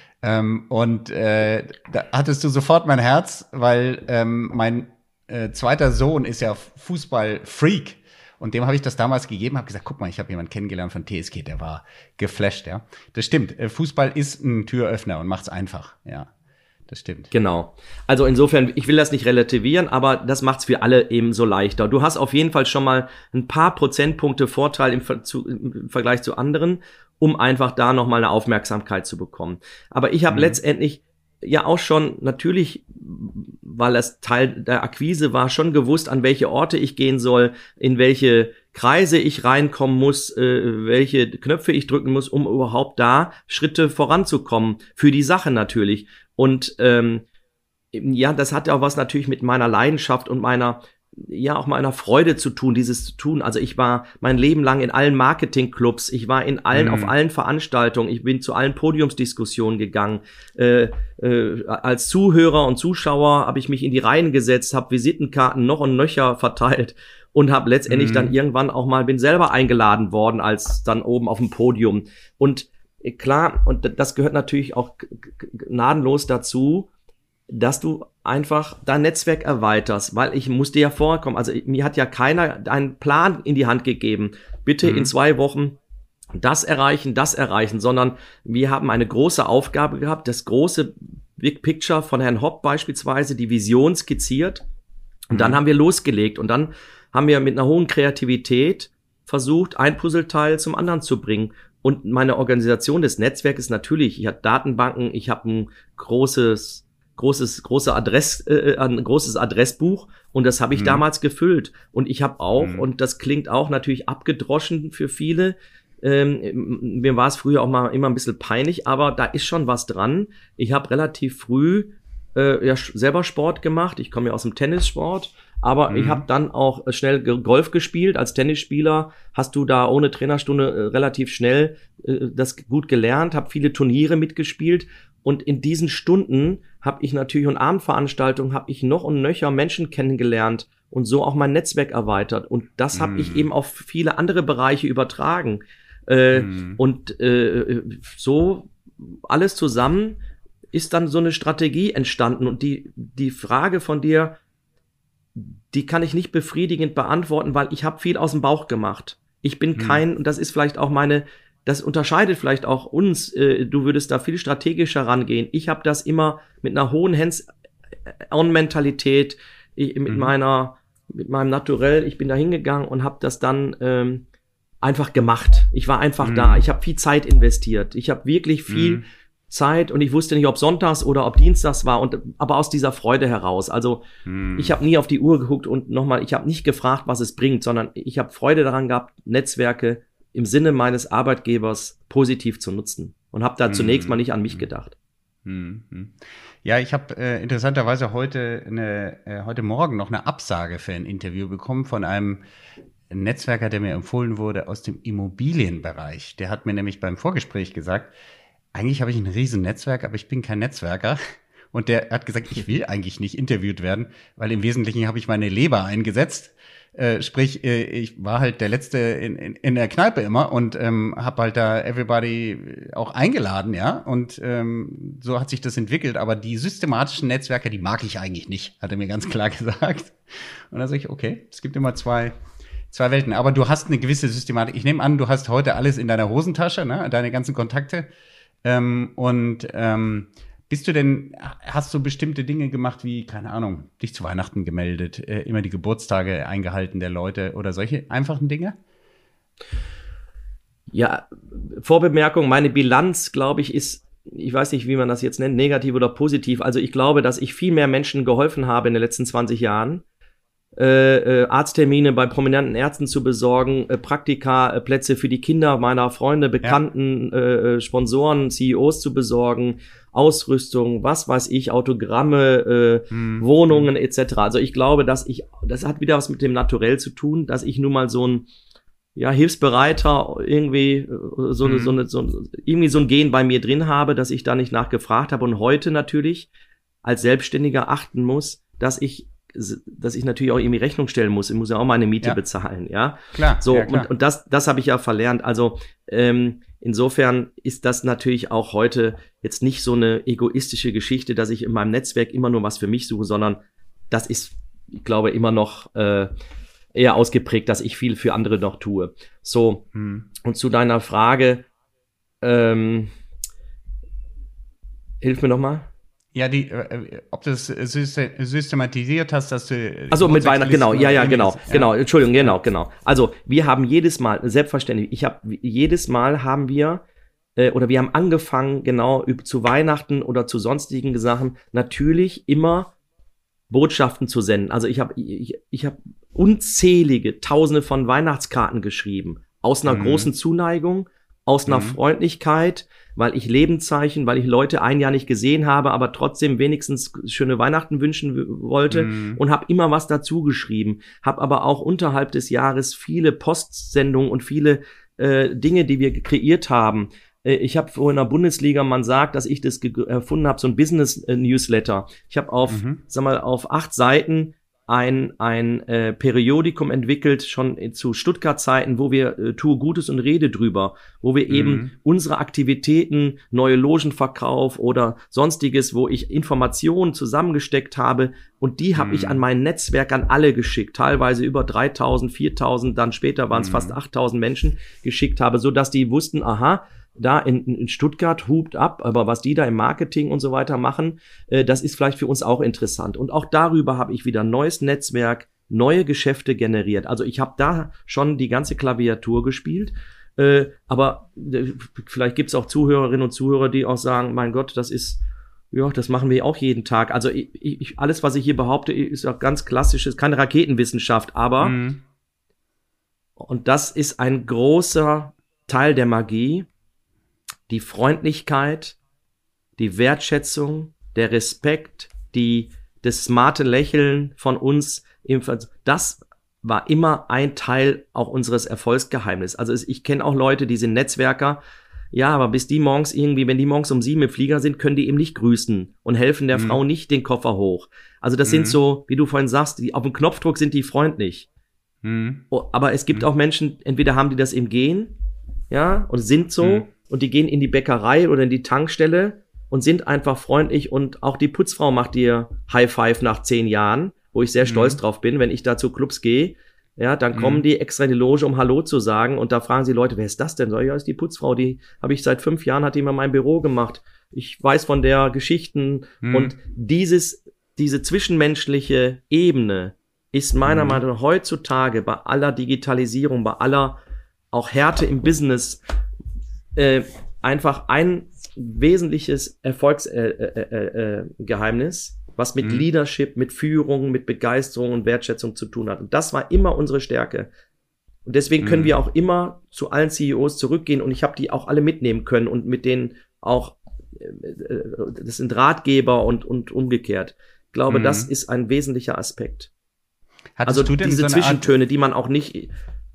Da hattest du sofort mein Herz, weil mein zweiter Sohn ist ja Fußball-Freak. Und dem habe ich das damals gegeben, habe gesagt, guck mal, ich habe jemanden kennengelernt von TSG, der war geflasht, ja. Das stimmt, Fußball ist ein Türöffner und macht's einfach, ja. Das stimmt. Genau. Also insofern, ich will das nicht relativieren, aber das macht's für alle eben so leichter. Du hast auf jeden Fall schon mal ein paar Prozentpunkte Vorteil im Vergleich zu anderen, um einfach da nochmal eine Aufmerksamkeit zu bekommen. Aber ich habe letztendlich ja auch schon natürlich, weil das Teil der Akquise war, schon gewusst, an welche Orte ich gehen soll, in welche Kreise ich reinkommen muss, welche Knöpfe ich drücken muss, um überhaupt da Schritte voranzukommen. Für die Sache natürlich. Und das hat ja auch was natürlich mit meiner Leidenschaft und meiner Freude zu tun, dieses zu tun. Also ich war mein Leben lang in allen Marketingclubs, ich war auf allen Veranstaltungen, ich bin zu allen Podiumsdiskussionen gegangen. Als Zuhörer und Zuschauer habe ich mich in die Reihen gesetzt, habe Visitenkarten noch und nöcher verteilt und habe letztendlich dann irgendwann auch mal, bin selber eingeladen worden als dann oben auf dem Podium. Und klar, und das gehört natürlich auch gnadenlos dazu, dass du einfach dein Netzwerk erweiterst, weil ich musste ja vorkommen, also mir hat ja keiner einen Plan in die Hand gegeben, bitte in 2 Wochen das erreichen, sondern wir haben eine große Aufgabe gehabt, das große Big Picture von Herrn Hopp beispielsweise, die Vision skizziert und dann haben wir losgelegt und dann haben wir mit einer hohen Kreativität versucht, ein Puzzleteil zum anderen zu bringen. Und meine Organisation des Netzwerkes natürlich, ich habe Datenbanken, ich habe ein großes Adressbuch und das habe ich damals gefüllt. Und ich habe auch, und das klingt auch natürlich abgedroschen für viele, mir war es früher auch mal immer ein bisschen peinlich, aber da ist schon was dran. Ich habe relativ früh selber Sport gemacht, ich komme ja aus dem Tennissport, aber ich habe dann auch schnell Golf gespielt. Als Tennisspieler hast du da ohne Trainerstunde relativ schnell das gut gelernt, habe viele Turniere mitgespielt. Und in diesen Stunden habe ich natürlich und Abendveranstaltungen habe ich noch und nöcher Menschen kennengelernt und so auch mein Netzwerk erweitert. Und das habe ich eben auf viele andere Bereiche übertragen. So alles zusammen ist dann so eine Strategie entstanden. Und die Frage von dir, die kann ich nicht befriedigend beantworten, weil ich habe viel aus dem Bauch gemacht. Ich bin und das ist vielleicht auch das unterscheidet vielleicht auch uns, du würdest da viel strategischer rangehen. Ich habe das immer mit einer hohen Hands-on-Mentalität, mit meinem Naturell, ich bin da hingegangen und habe das dann einfach gemacht. Ich war einfach da, ich habe viel Zeit investiert, ich habe wirklich viel Zeit und ich wusste nicht, ob sonntags oder ob dienstags war, aber aus dieser Freude heraus. Also ich habe nie auf die Uhr geguckt und nochmal, ich habe nicht gefragt, was es bringt, sondern ich habe Freude daran gehabt, Netzwerke im Sinne meines Arbeitgebers positiv zu nutzen und habe da zunächst mal nicht an mich gedacht. Ja, ich habe interessanterweise heute Morgen noch eine Absage für ein Interview bekommen von einem Netzwerker, der mir empfohlen wurde aus dem Immobilienbereich. Der hat mir nämlich beim Vorgespräch gesagt, eigentlich habe ich ein riesen Netzwerk, aber ich bin kein Netzwerker. Und der hat gesagt, ich will eigentlich nicht interviewt werden, weil im Wesentlichen habe ich meine Leber eingesetzt. Sprich, ich war halt der Letzte in der Kneipe immer und habe halt da everybody auch eingeladen, ja. Und so hat sich das entwickelt. Aber die systematischen Netzwerke, die mag ich eigentlich nicht, hat er mir ganz klar gesagt. Und da sage ich, okay, es gibt immer zwei Welten. Aber du hast eine gewisse Systematik. Ich nehme an, du hast heute alles in deiner Hosentasche, ne? Deine ganzen Kontakte. Hast du bestimmte Dinge gemacht wie, keine Ahnung, dich zu Weihnachten gemeldet, immer die Geburtstage eingehalten der Leute oder solche einfachen Dinge? Ja, Vorbemerkung, meine Bilanz, glaube ich, ist, ich weiß nicht, wie man das jetzt nennt, negativ oder positiv. Also ich glaube, dass ich viel mehr Menschen geholfen habe in den letzten 20 Jahren, Arzttermine bei prominenten Ärzten zu besorgen, Praktika, Plätze für die Kinder meiner Freunde, Bekannten, Sponsoren, CEOs zu besorgen, Ausrüstung, was weiß ich, Autogramme, Wohnungen etc. Also ich glaube, das hat wieder was mit dem Naturell zu tun, dass ich nun mal so ein hilfsbereiter irgendwie irgendwie so ein Gen bei mir drin habe, dass ich da nicht nachgefragt habe und heute natürlich als Selbstständiger achten muss, dass ich dass ich natürlich auch irgendwie Rechnung stellen muss. Ich muss ja auch meine Miete bezahlen, ja. Klar. So, ja, klar. und das habe ich ja verlernt. Also, insofern ist das natürlich auch heute jetzt nicht so eine egoistische Geschichte, dass ich in meinem Netzwerk immer nur was für mich suche, sondern das ist, ich glaube, immer noch eher ausgeprägt, dass ich viel für andere noch tue. So, und zu deiner Frage, hilf mir noch mal. Ja, ob du es systematisiert hast, dass du... Also mit Weihnachten, genau, genau, Entschuldigung, genau. Also wir haben jedes Mal, selbstverständlich, jedes Mal haben wir, oder wir haben angefangen, genau, zu Weihnachten oder zu sonstigen Sachen, natürlich immer Botschaften zu senden. Also ich hab unzählige, Tausende von Weihnachtskarten geschrieben, aus einer großen Zuneigung, aus einer Freundlichkeit, weil ich Lebenszeichen, weil ich Leute ein Jahr nicht gesehen habe, aber trotzdem wenigstens schöne Weihnachten wünschen wollte und habe immer was dazu geschrieben, habe aber auch unterhalb des Jahres viele Postsendungen und viele Dinge, die wir kreiert haben. Ich habe vor in der Bundesliga, man sagt, dass ich das erfunden habe, so ein Business-Newsletter. Ich habe auf 8 Seiten ein Periodikum entwickelt, schon zu Stuttgart-Zeiten, wo wir tue Gutes und rede drüber, wo wir eben unsere Aktivitäten, neue Logenverkauf oder sonstiges, wo ich Informationen zusammengesteckt habe und die habe ich an mein Netzwerk, an alle geschickt, teilweise über 3.000, 4.000, dann später waren es fast 8.000 Menschen geschickt habe, so dass die wussten, aha, da in Stuttgart hupt ab, aber was die da im Marketing und so weiter machen, das ist vielleicht für uns auch interessant. Und auch darüber habe ich wieder ein neues Netzwerk, neue Geschäfte generiert. Also ich habe da schon die ganze Klaviatur gespielt, aber vielleicht gibt es auch Zuhörerinnen und Zuhörer, die auch sagen, mein Gott, das machen wir auch jeden Tag. Also alles, was ich hier behaupte, ist auch ganz klassisch, ist keine Raketenwissenschaft, aber und das ist ein großer Teil der Magie, die Freundlichkeit, die Wertschätzung, der Respekt, das smarte Lächeln von uns, ebenfalls, das war immer ein Teil auch unseres Erfolgsgeheimnisses. Also ich kenne auch Leute, die sind Netzwerker, ja, aber wenn die morgens um 7 im Flieger sind, können die eben nicht grüßen und helfen der Frau nicht den Koffer hoch. Also das sind so, wie du vorhin sagst, auf dem Knopfdruck sind die freundlich. Aber es gibt auch Menschen, entweder haben die das im Gehen, ja, und sind so, und die gehen in die Bäckerei oder in die Tankstelle und sind einfach freundlich und auch die Putzfrau macht dir High Five nach 10 Jahren, wo ich sehr stolz drauf bin, wenn ich da zu Clubs gehe, ja, dann kommen die extra in die Loge, um Hallo zu sagen und da fragen sie Leute, wer ist das denn? So, ja, ist die Putzfrau, die habe ich seit 5 Jahren, hat die immer mein Büro gemacht. Ich weiß von der Geschichten und diese zwischenmenschliche Ebene ist meiner Meinung nach heutzutage bei aller Digitalisierung, bei aller auch Härte im Business einfach ein wesentliches Erfolgsgeheimnis, was mit Leadership, mit Führung, mit Begeisterung und Wertschätzung zu tun hat. Und das war immer unsere Stärke. Und deswegen können wir auch immer zu allen CEOs zurückgehen und ich habe die auch alle mitnehmen können und mit denen auch, das sind Ratgeber und umgekehrt. Ich glaube, das ist ein wesentlicher Aspekt. Hattest also du denn diese so Zwischentöne, die man auch nicht...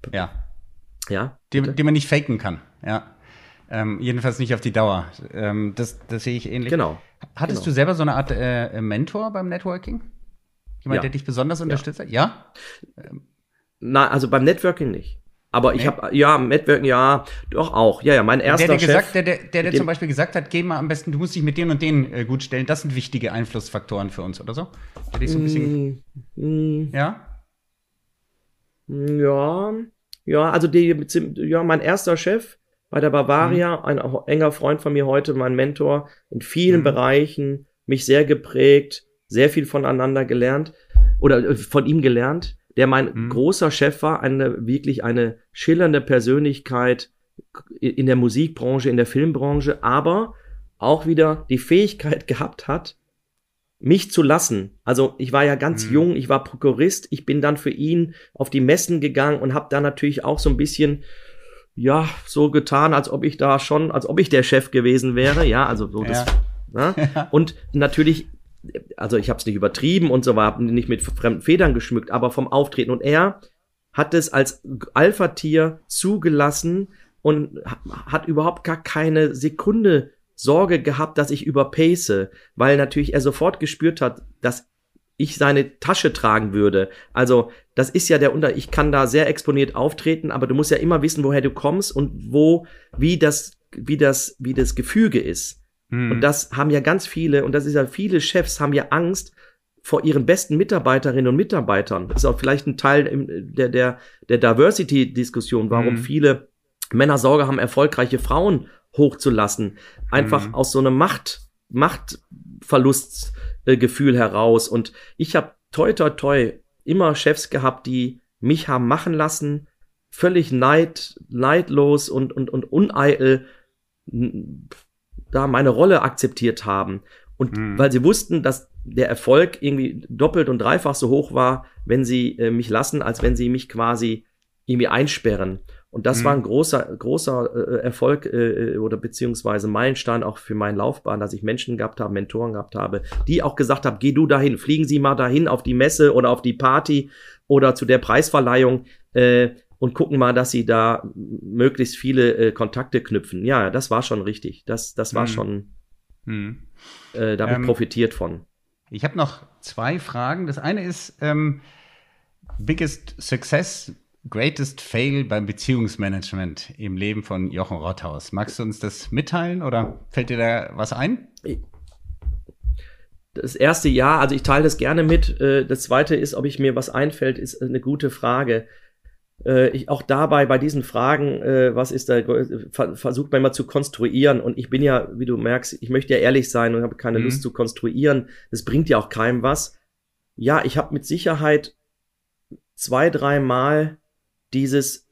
Ja, die man nicht faken kann, ja. Jedenfalls nicht auf die Dauer. Das sehe ich ähnlich. Genau. Hattest du selber so eine Art Mentor beim Networking? Jemand, der dich besonders unterstützt hat? Ja? Nein, also beim Networking nicht. Aber ich habe, Networking, doch auch. Ja, mein erster Chef. Der zum Beispiel gesagt hat, geh mal am besten, du musst dich mit denen und denen gut stellen. Das sind wichtige Einflussfaktoren für uns, oder so? Der dich so ein bisschen, ja? Ja, also mein erster Chef bei der Bavaria, ein enger Freund von mir heute, mein Mentor, in vielen Bereichen, mich sehr geprägt, sehr viel voneinander gelernt oder von ihm gelernt, der mein großer Chef war, wirklich eine schillernde Persönlichkeit in der Musikbranche, in der Filmbranche, aber auch wieder die Fähigkeit gehabt hat, mich zu lassen. Also ich war ja ganz jung, ich war Prokurist, ich bin dann für ihn auf die Messen gegangen und habe da natürlich auch so ein bisschen so getan, als ob ich der Chef gewesen wäre, also so das. Und natürlich, also ich habe es nicht übertrieben und so war nicht mit fremden Federn geschmückt, aber vom Auftreten und er hat es als Alpha-Tier zugelassen und hat überhaupt gar keine Sekunde Sorge gehabt, dass ich überpace, weil natürlich er sofort gespürt hat, dass ich seine Tasche tragen würde. Also das ist ja ich kann da sehr exponiert auftreten, aber du musst ja immer wissen, woher du kommst und wie das Gefüge ist. Und das haben ja ganz viele, und das ist ja, viele Chefs haben ja Angst vor ihren besten Mitarbeiterinnen und Mitarbeitern. Das ist auch vielleicht ein Teil der Diversity-Diskussion, warum viele Männer Sorge haben, erfolgreiche Frauen hochzulassen. Einfach aus so einem Machtverlustgefühl heraus. Und ich habe toi immer Chefs gehabt, die mich haben machen lassen, völlig neidlos und uneitel da meine Rolle akzeptiert haben. Und weil sie wussten, dass der Erfolg irgendwie doppelt und dreifach so hoch war, wenn sie mich lassen, als wenn sie mich quasi irgendwie einsperren. Und das war ein großer Erfolg oder beziehungsweise Meilenstein auch für meine Laufbahn, dass ich Menschen gehabt habe, Mentoren gehabt habe, die auch gesagt haben, geh du dahin, fliegen Sie mal dahin auf die Messe oder auf die Party oder zu der Preisverleihung und gucken mal, dass Sie da möglichst viele Kontakte knüpfen. Ja, das war schon richtig. Das war schon, da habe ich profitiert von. Ich habe noch 2 Fragen. Das eine ist, biggest success, greatest fail beim Beziehungsmanagement im Leben von Jochen Rothaus. Magst du uns das mitteilen oder fällt dir da was ein? Das erste ja, also ich teile das gerne mit. Das zweite ist, ob mir was einfällt, ist eine gute Frage. Auch dabei, bei diesen Fragen, was ist da, versucht man immer zu konstruieren. Und ich bin ja, wie du merkst, ich möchte ja ehrlich sein und habe keine Lust zu konstruieren. Das bringt ja auch keinem was. Ja, ich habe mit Sicherheit 2-3 Mal dieses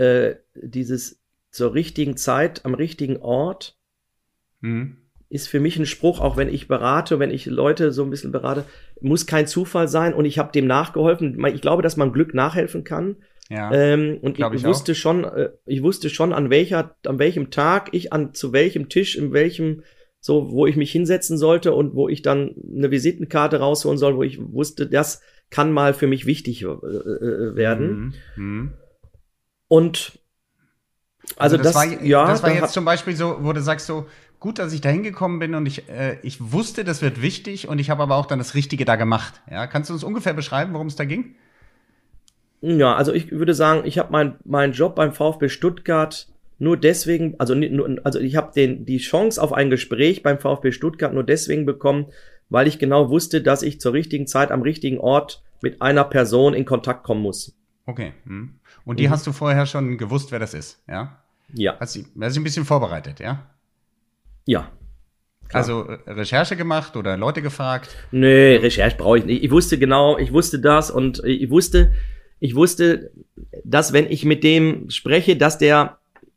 zur richtigen Zeit, am richtigen Ort, ist für mich ein Spruch, auch wenn ich berate, wenn ich Leute so ein bisschen berate, muss kein Zufall sein und ich habe dem nachgeholfen. Ich glaube, dass man Glück nachhelfen kann. Ja, und ich wusste schon, an welchem Tag ich zu welchem Tisch, wo ich mich hinsetzen sollte und wo ich dann eine Visitenkarte rausholen soll, wo ich wusste, das kann mal für mich wichtig werden. Und also das war jetzt zum Beispiel so, wo du sagst so, gut, dass ich da hingekommen bin und ich wusste, das wird wichtig und ich habe aber auch dann das Richtige da gemacht. Ja, kannst du uns ungefähr beschreiben, worum es da ging? Ja, also ich würde sagen, ich habe meinen Job beim VfB Stuttgart nur deswegen, also ich habe die Chance auf ein Gespräch beim VfB Stuttgart nur deswegen bekommen, weil ich genau wusste, dass ich zur richtigen Zeit am richtigen Ort mit einer Person in Kontakt kommen muss. Okay. Und die hast du vorher schon gewusst, wer das ist, ja? Ja. Hast dich ein bisschen vorbereitet, ja? Ja. Klar. Also Recherche gemacht oder Leute gefragt? Nee, Recherche brauche ich nicht. Ich wusste das und ich wusste, dass wenn ich mit dem spreche, dass der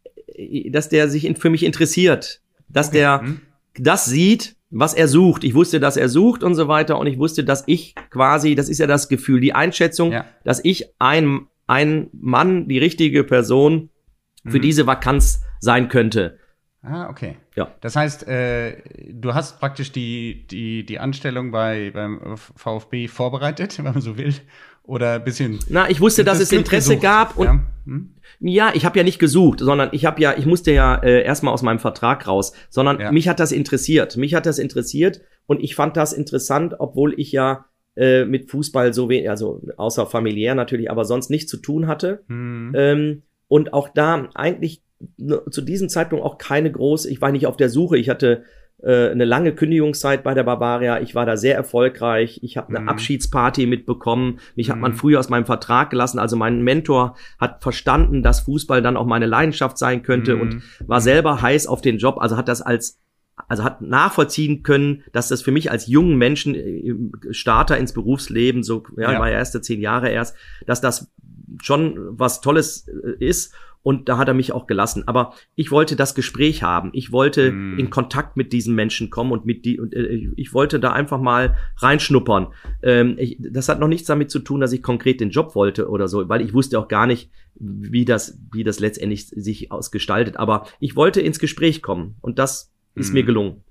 sich für mich interessiert, dass der das sieht, was er sucht. Ich wusste, dass er sucht und so weiter und ich wusste, dass ich quasi, das ist ja das Gefühl, die Einschätzung, dass ich ein Mann, die richtige Person für diese Vakanz sein könnte. Ah, okay. Ja. Das heißt, du hast praktisch die Anstellung beim VfB vorbereitet, wenn man so will, oder ein bisschen. Na, ich wusste, dass es Interesse gab und ja, ich habe ja nicht gesucht, sondern ich musste ja erstmal aus meinem Vertrag raus, sondern mich hat das interessiert. Und ich fand das interessant, obwohl ich ja mit Fußball so wenig, also außer familiär natürlich, aber sonst nichts zu tun hatte. Und auch da eigentlich zu diesem Zeitpunkt auch ich war nicht auf der Suche. Ich hatte eine lange Kündigungszeit bei der Bavaria. Ich war da sehr erfolgreich. Ich habe eine Abschiedsparty mitbekommen. Mich hat man früher aus meinem Vertrag gelassen. Also mein Mentor hat verstanden, dass Fußball dann auch meine Leidenschaft sein könnte und war selber heiß auf den Job. Also hat nachvollziehen können, dass das für mich als jungen Menschen, Starter ins Berufsleben, war ja erste 10 Jahre erst, dass das schon was Tolles ist. Und da hat er mich auch gelassen. Aber ich wollte das Gespräch haben. Ich wollte in Kontakt mit diesen Menschen kommen und ich wollte da einfach mal reinschnuppern. Das hat noch nichts damit zu tun, dass ich konkret den Job wollte oder so, weil ich wusste auch gar nicht, wie das letztendlich sich ausgestaltet. Aber ich wollte ins Gespräch kommen und das ist mir gelungen.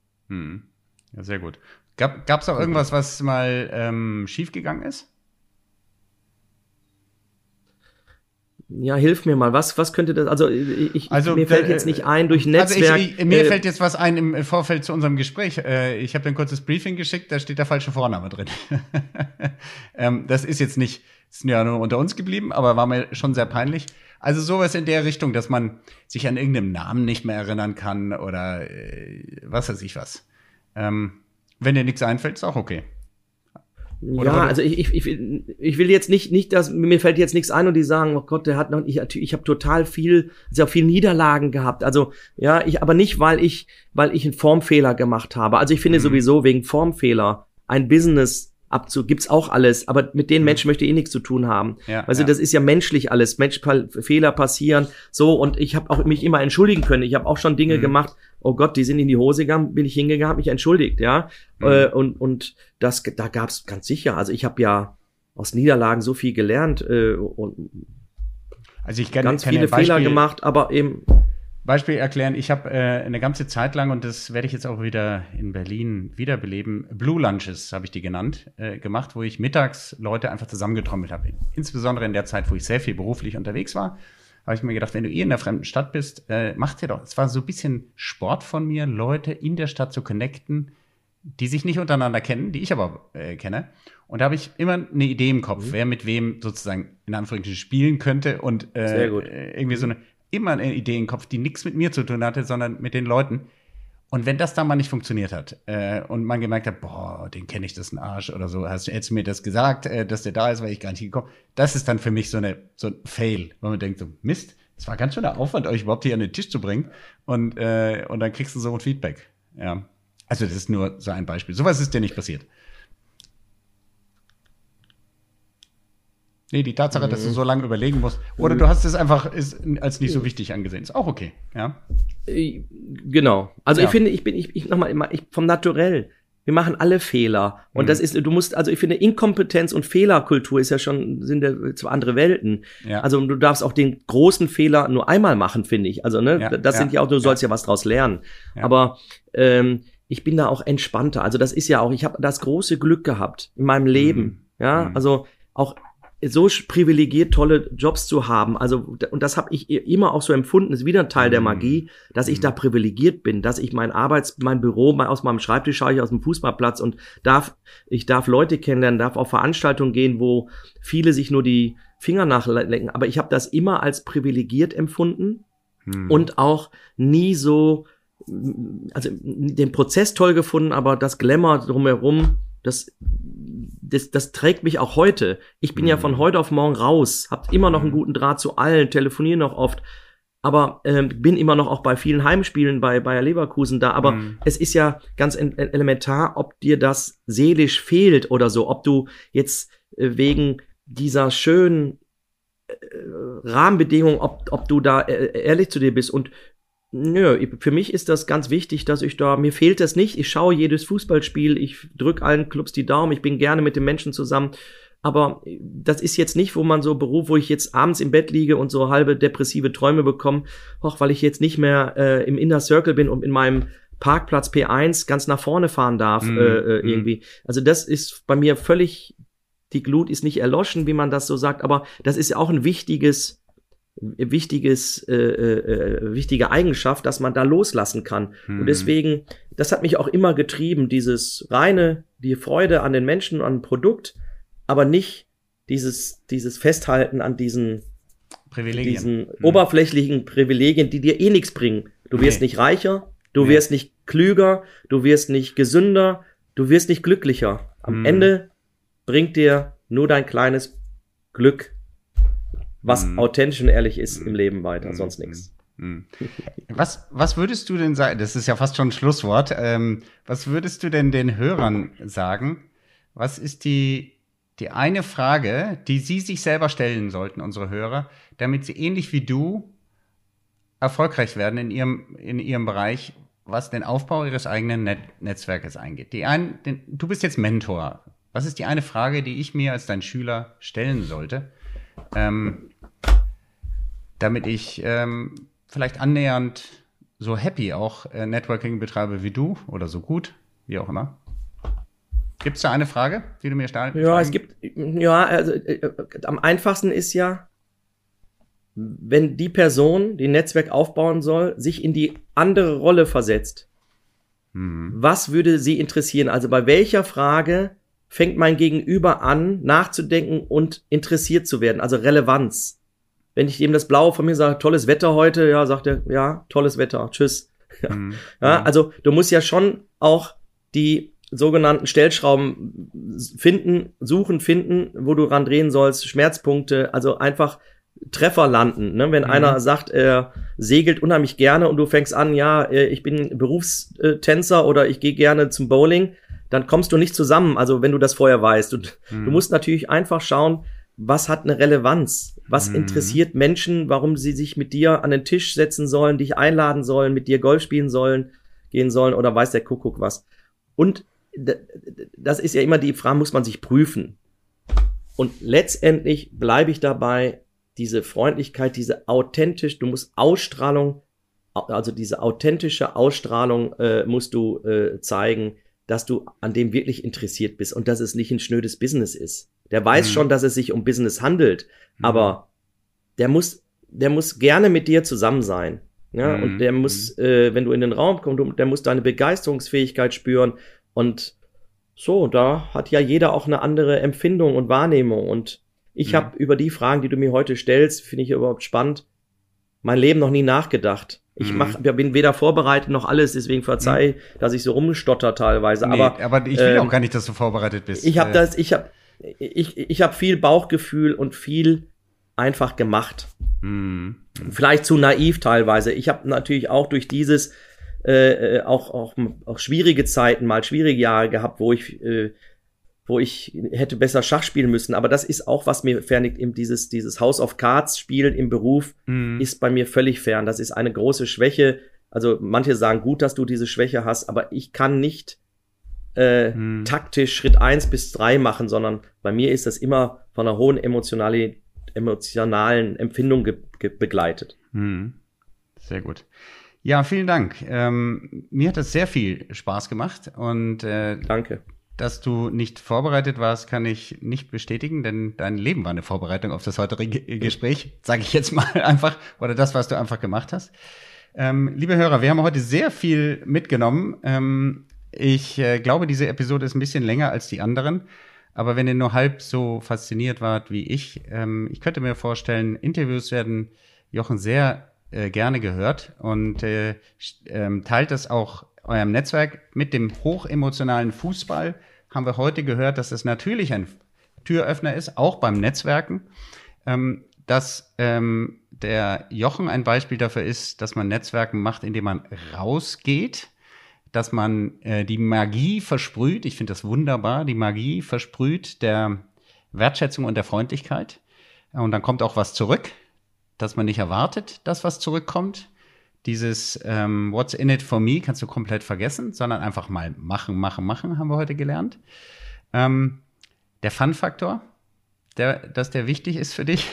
Ja, sehr gut. Gab's auch irgendwas, was mal schiefgegangen ist? hilf mir mal, was könnte das, mir fällt jetzt nicht ein durch Netzwerk. Mir fällt jetzt was ein im Vorfeld zu unserem Gespräch. Ich habe dir ein kurzes Briefing geschickt, da steht der falsche Vorname drin. Das ist jetzt nicht, ist ja nur unter uns geblieben, aber war mir schon sehr peinlich. Also sowas in der Richtung, dass man sich an irgendeinem Namen nicht mehr erinnern kann oder was weiß ich was. Wenn dir nichts einfällt, ist auch okay. Oder ja, also ich will jetzt nicht, dass mir fällt jetzt nichts ein und die sagen, oh Gott, der hat noch, ich habe total viel, sehr viel Niederlagen gehabt. Also ja, aber nicht, weil ich einen Formfehler gemacht habe. Also ich finde sowieso wegen Formfehler ein Business gibt's auch alles, aber mit den Menschen möchte ich nichts zu tun haben. Ja, also das ist ja menschlich alles. Fehler passieren, so, und ich habe auch mich immer entschuldigen können. Ich habe auch schon Dinge gemacht, oh Gott, die sind in die Hose gegangen, bin ich hingegangen, habe mich entschuldigt, ja. Und da gab's ganz sicher, also ich habe ja aus Niederlagen so viel gelernt und also ich ganz viele Fehler gemacht, aber eben Beispiel erklären, ich habe eine ganze Zeit lang, und das werde ich jetzt auch wieder in Berlin wiederbeleben, Blue Lunches habe ich die genannt, gemacht, wo ich mittags Leute einfach zusammengetrommelt habe. Insbesondere in der Zeit, wo ich sehr viel beruflich unterwegs war, habe ich mir gedacht, wenn du in einer fremden Stadt bist, mach dir doch. Es war so ein bisschen Sport von mir, Leute in der Stadt zu connecten, die sich nicht untereinander kennen, die ich aber kenne. Und da habe ich immer eine Idee im Kopf, wer mit wem sozusagen in Anführungsstrichen spielen könnte und irgendwie so immer eine Idee im Kopf, die nichts mit mir zu tun hatte, sondern mit den Leuten. Und wenn das dann mal nicht funktioniert hat und man gemerkt hat, boah, den kenne ich, das ist ein Arsch oder so, hättest du mir das gesagt, dass der da ist, weil ich gar nicht gekommen. Das ist dann für mich so ein Fail, weil man denkt so, Mist, es war ganz schöner Aufwand, euch überhaupt hier an den Tisch zu bringen und dann kriegst du so ein Feedback. Ja. Also das ist nur so ein Beispiel. Sowas ist dir nicht passiert. Nee, die Tatsache, dass du so lange überlegen musst. Oder du hast es einfach als nicht so wichtig angesehen. Ist auch okay, ja. Genau. Also ich finde, ich vom Naturell. Wir machen alle Fehler. Und das ist, ich finde, Inkompetenz und Fehlerkultur sind ja zwei andere Welten. Ja. Also du darfst auch den großen Fehler nur einmal machen, finde ich. Also, ne, sind ja auch, du sollst ja was draus lernen. Ja. Aber, ich bin da auch entspannter. Also das ist ja auch, ich habe das große Glück gehabt in meinem Leben. Ja, also auch so privilegiert tolle Jobs zu haben, also, und das habe ich immer auch so empfunden, ist wieder ein Teil der Magie, dass ich da privilegiert bin, dass ich mein Büro, aus meinem Schreibtisch schaue ich aus dem Fußballplatz und ich darf Leute kennenlernen, darf auf Veranstaltungen gehen, wo viele sich nur die Finger nachlecken, aber ich habe das immer als privilegiert empfunden und auch nie so, also den Prozess toll gefunden, aber das Glamour drumherum, das trägt mich auch heute. Ich bin ja von heute auf morgen raus, hab immer noch einen guten Draht zu allen, telefoniere noch oft, aber bin immer noch auch bei vielen Heimspielen bei Bayer Leverkusen da. Aber es ist ja ganz elementar, ob dir das seelisch fehlt oder so, ob du jetzt wegen dieser schönen Rahmenbedingungen, ob du da ehrlich zu dir bist. Und nö, für mich ist das ganz wichtig, dass mir fehlt das nicht. Ich schaue jedes Fußballspiel, ich drücke allen Clubs die Daumen, ich bin gerne mit den Menschen zusammen. Aber das ist jetzt nicht, wo ich jetzt abends im Bett liege und so halbe depressive Träume bekomme, weil ich jetzt nicht mehr im Inner Circle bin und in meinem Parkplatz P1 ganz nach vorne fahren darf, irgendwie. Also das ist bei mir völlig, die Glut ist nicht erloschen, wie man das so sagt, aber das ist auch ein wichtige Eigenschaft, dass man da loslassen kann. Und deswegen, das hat mich auch immer getrieben, die Freude an den Menschen, an dem Produkt, aber nicht dieses Festhalten an diesen oberflächlichen Privilegien, die dir eh nichts bringen. Du wirst nicht reicher, du wirst nicht klüger, du wirst nicht gesünder, du wirst nicht glücklicher. Am Ende bringt dir nur dein kleines Glück, was authentisch und ehrlich ist im Leben weiter, sonst nichts. Was würdest du denn sagen, das ist ja fast schon ein Schlusswort, was würdest du denn den Hörern sagen? Was ist die eine Frage, die sie sich selber stellen sollten, unsere Hörer, damit sie ähnlich wie du erfolgreich werden in ihrem Bereich, was den Aufbau ihres eigenen Netzwerkes angeht? Du bist jetzt Mentor. Was ist die eine Frage, die ich mir als dein Schüler stellen sollte, damit ich vielleicht annähernd so happy auch Networking betreibe wie du oder so gut, wie auch immer? Gibt es da eine Frage, die du mir stellen? Ja, am einfachsten ist ja, wenn die Person, die ein Netzwerk aufbauen soll, sich in die andere Rolle versetzt. Was würde sie interessieren? Also bei welcher Frage fängt mein Gegenüber an, nachzudenken und interessiert zu werden? Also Relevanz. Wenn ich ihm das Blaue von mir sage, tolles Wetter heute, ja, sagt er, ja, tolles Wetter, tschüss. Ja, also du musst ja schon auch die sogenannten Stellschrauben finden, wo du ran drehen sollst, Schmerzpunkte, also einfach Treffer landen. Ne? Wenn einer sagt, er segelt unheimlich gerne und du fängst an, ja, ich bin Berufstänzer oder ich gehe gerne zum Bowling, dann kommst du nicht zusammen, also wenn du das vorher weißt. Und du musst natürlich einfach schauen, was hat eine Relevanz? Was interessiert Menschen, warum sie sich mit dir an den Tisch setzen sollen, dich einladen sollen, mit dir Golf spielen sollen, gehen sollen oder weiß der Kuckuck was. Und das ist ja immer die Frage, muss man sich prüfen. Und letztendlich bleibe ich dabei, diese Freundlichkeit, du musst Ausstrahlung, also diese authentische Ausstrahlung musst du zeigen, dass du an dem wirklich interessiert bist und dass es nicht ein schnödes Business ist. Der weiß schon, dass es sich um Business handelt, aber der muss gerne mit dir zusammen sein. Ja, und der muss, wenn du in den Raum kommst, der muss deine Begeisterungsfähigkeit spüren und so, da hat ja jeder auch eine andere Empfindung und Wahrnehmung und ich habe über die Fragen, die du mir heute stellst, finde ich überhaupt spannend, mein Leben noch nie nachgedacht. Ich bin weder vorbereitet noch alles, deswegen verzeih, dass ich so rumstotter teilweise. Nee, aber ich will auch gar nicht, dass du vorbereitet bist. Ich habe viel Bauchgefühl und viel einfach gemacht. Vielleicht zu naiv teilweise. Ich habe natürlich auch durch dieses auch schwierige Zeiten, mal schwierige Jahre gehabt, wo ich hätte besser Schach spielen müssen. Aber das ist auch, was mir fernliegt, eben dieses House of Cards Spielen im Beruf ist bei mir völlig fern. Das ist eine große Schwäche. Also manche sagen gut, dass du diese Schwäche hast, aber ich kann nicht taktisch Schritt 1 bis 3 machen, sondern bei mir ist das immer von einer hohen emotionalen Empfindung begleitet. Sehr gut. Ja, vielen Dank. Mir hat das sehr viel Spaß gemacht und danke. Dass du nicht vorbereitet warst, kann ich nicht bestätigen, denn dein Leben war eine Vorbereitung auf das heutige Gespräch, sage ich jetzt mal einfach, oder das, was du einfach gemacht hast. Liebe Hörer, wir haben heute sehr viel mitgenommen. Ich glaube, diese Episode ist ein bisschen länger als die anderen, aber wenn ihr nur halb so fasziniert wart wie ich könnte mir vorstellen, Interviews werden Jochen sehr gerne gehört und teilt das auch eurem Netzwerk. Mit dem hochemotionalen Fußball haben wir heute gehört, dass es natürlich ein Türöffner ist, auch beim Netzwerken. Dass der Jochen ein Beispiel dafür ist, dass man Netzwerken macht, indem man rausgeht, dass man die Magie versprüht. Ich finde das wunderbar, die Magie versprüht der Wertschätzung und der Freundlichkeit. Und dann kommt auch was zurück, dass man nicht erwartet, dass was zurückkommt. Dieses What's in it for me kannst du komplett vergessen, sondern einfach mal machen, haben wir heute gelernt. Der Fun-Faktor, dass der wichtig ist für dich.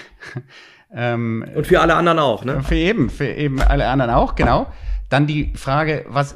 Und für alle anderen auch, ne? Für eben alle anderen auch, genau. Dann die Frage, was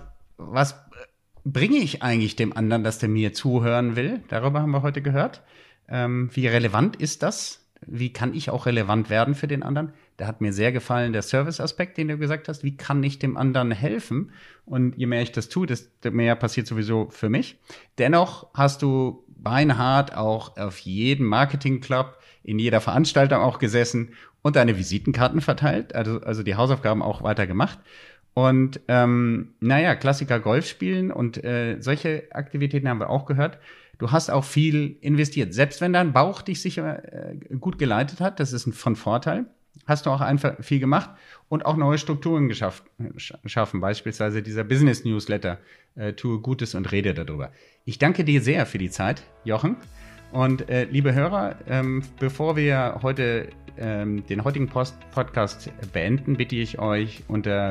bringe ich eigentlich dem anderen, dass der mir zuhören will? Darüber haben wir heute gehört. Wie relevant ist das? Wie kann ich auch relevant werden für den anderen? Da hat mir sehr gefallen der Service-Aspekt, den du gesagt hast. Wie kann ich dem anderen helfen? Und je mehr ich das tue, desto mehr passiert sowieso für mich. Dennoch hast du beinhart auch auf jedem Marketing-Club, in jeder Veranstaltung auch gesessen und deine Visitenkarten verteilt, also die Hausaufgaben auch weiter gemacht. Und Klassiker Golf spielen und solche Aktivitäten haben wir auch gehört. Du hast auch viel investiert. Selbst wenn dein Bauch dich sicher gut geleitet hat, das ist von Vorteil, hast du auch einfach viel gemacht und auch neue Strukturen geschaffen. Beispielsweise dieser Business-Newsletter, tue Gutes und rede darüber. Ich danke dir sehr für die Zeit, Jochen. Und liebe Hörer, bevor wir heute den heutigen Podcast beenden, bitte ich euch unter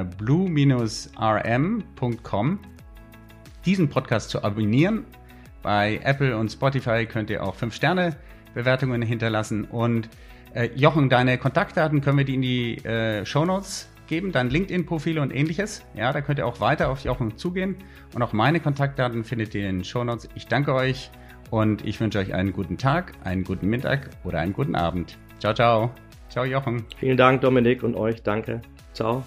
blue-rm.com diesen Podcast zu abonnieren. Bei Apple und Spotify könnt ihr auch 5-Sterne-Bewertungen hinterlassen. Und Jochen, deine Kontaktdaten können wir die in die Shownotes geben, dein LinkedIn-Profil und ähnliches. Ja, da könnt ihr auch weiter auf Jochen zugehen. Und auch meine Kontaktdaten findet ihr in den Shownotes. Ich danke euch und ich wünsche euch einen guten Tag, einen guten Mittag oder einen guten Abend. Ciao, ciao. Ciao, Jochen. Vielen Dank, Dominik, und euch. Danke. Ciao.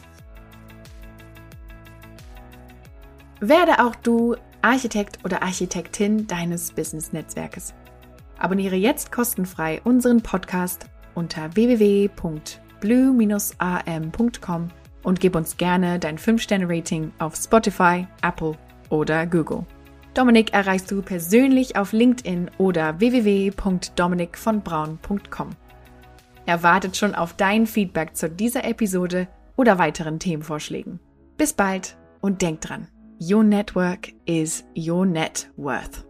Werde auch du Architekt oder Architektin deines Business-Netzwerkes. Abonniere jetzt kostenfrei unseren Podcast unter www.blue-am.com und gib uns gerne dein 5-Sterne-Rating auf Spotify, Apple oder Google. Dominik erreichst du persönlich auf LinkedIn oder www.dominikvonbraun.com. Er wartet schon auf dein Feedback zu dieser Episode oder weiteren Themenvorschlägen. Bis bald und denk dran, your network is your net worth.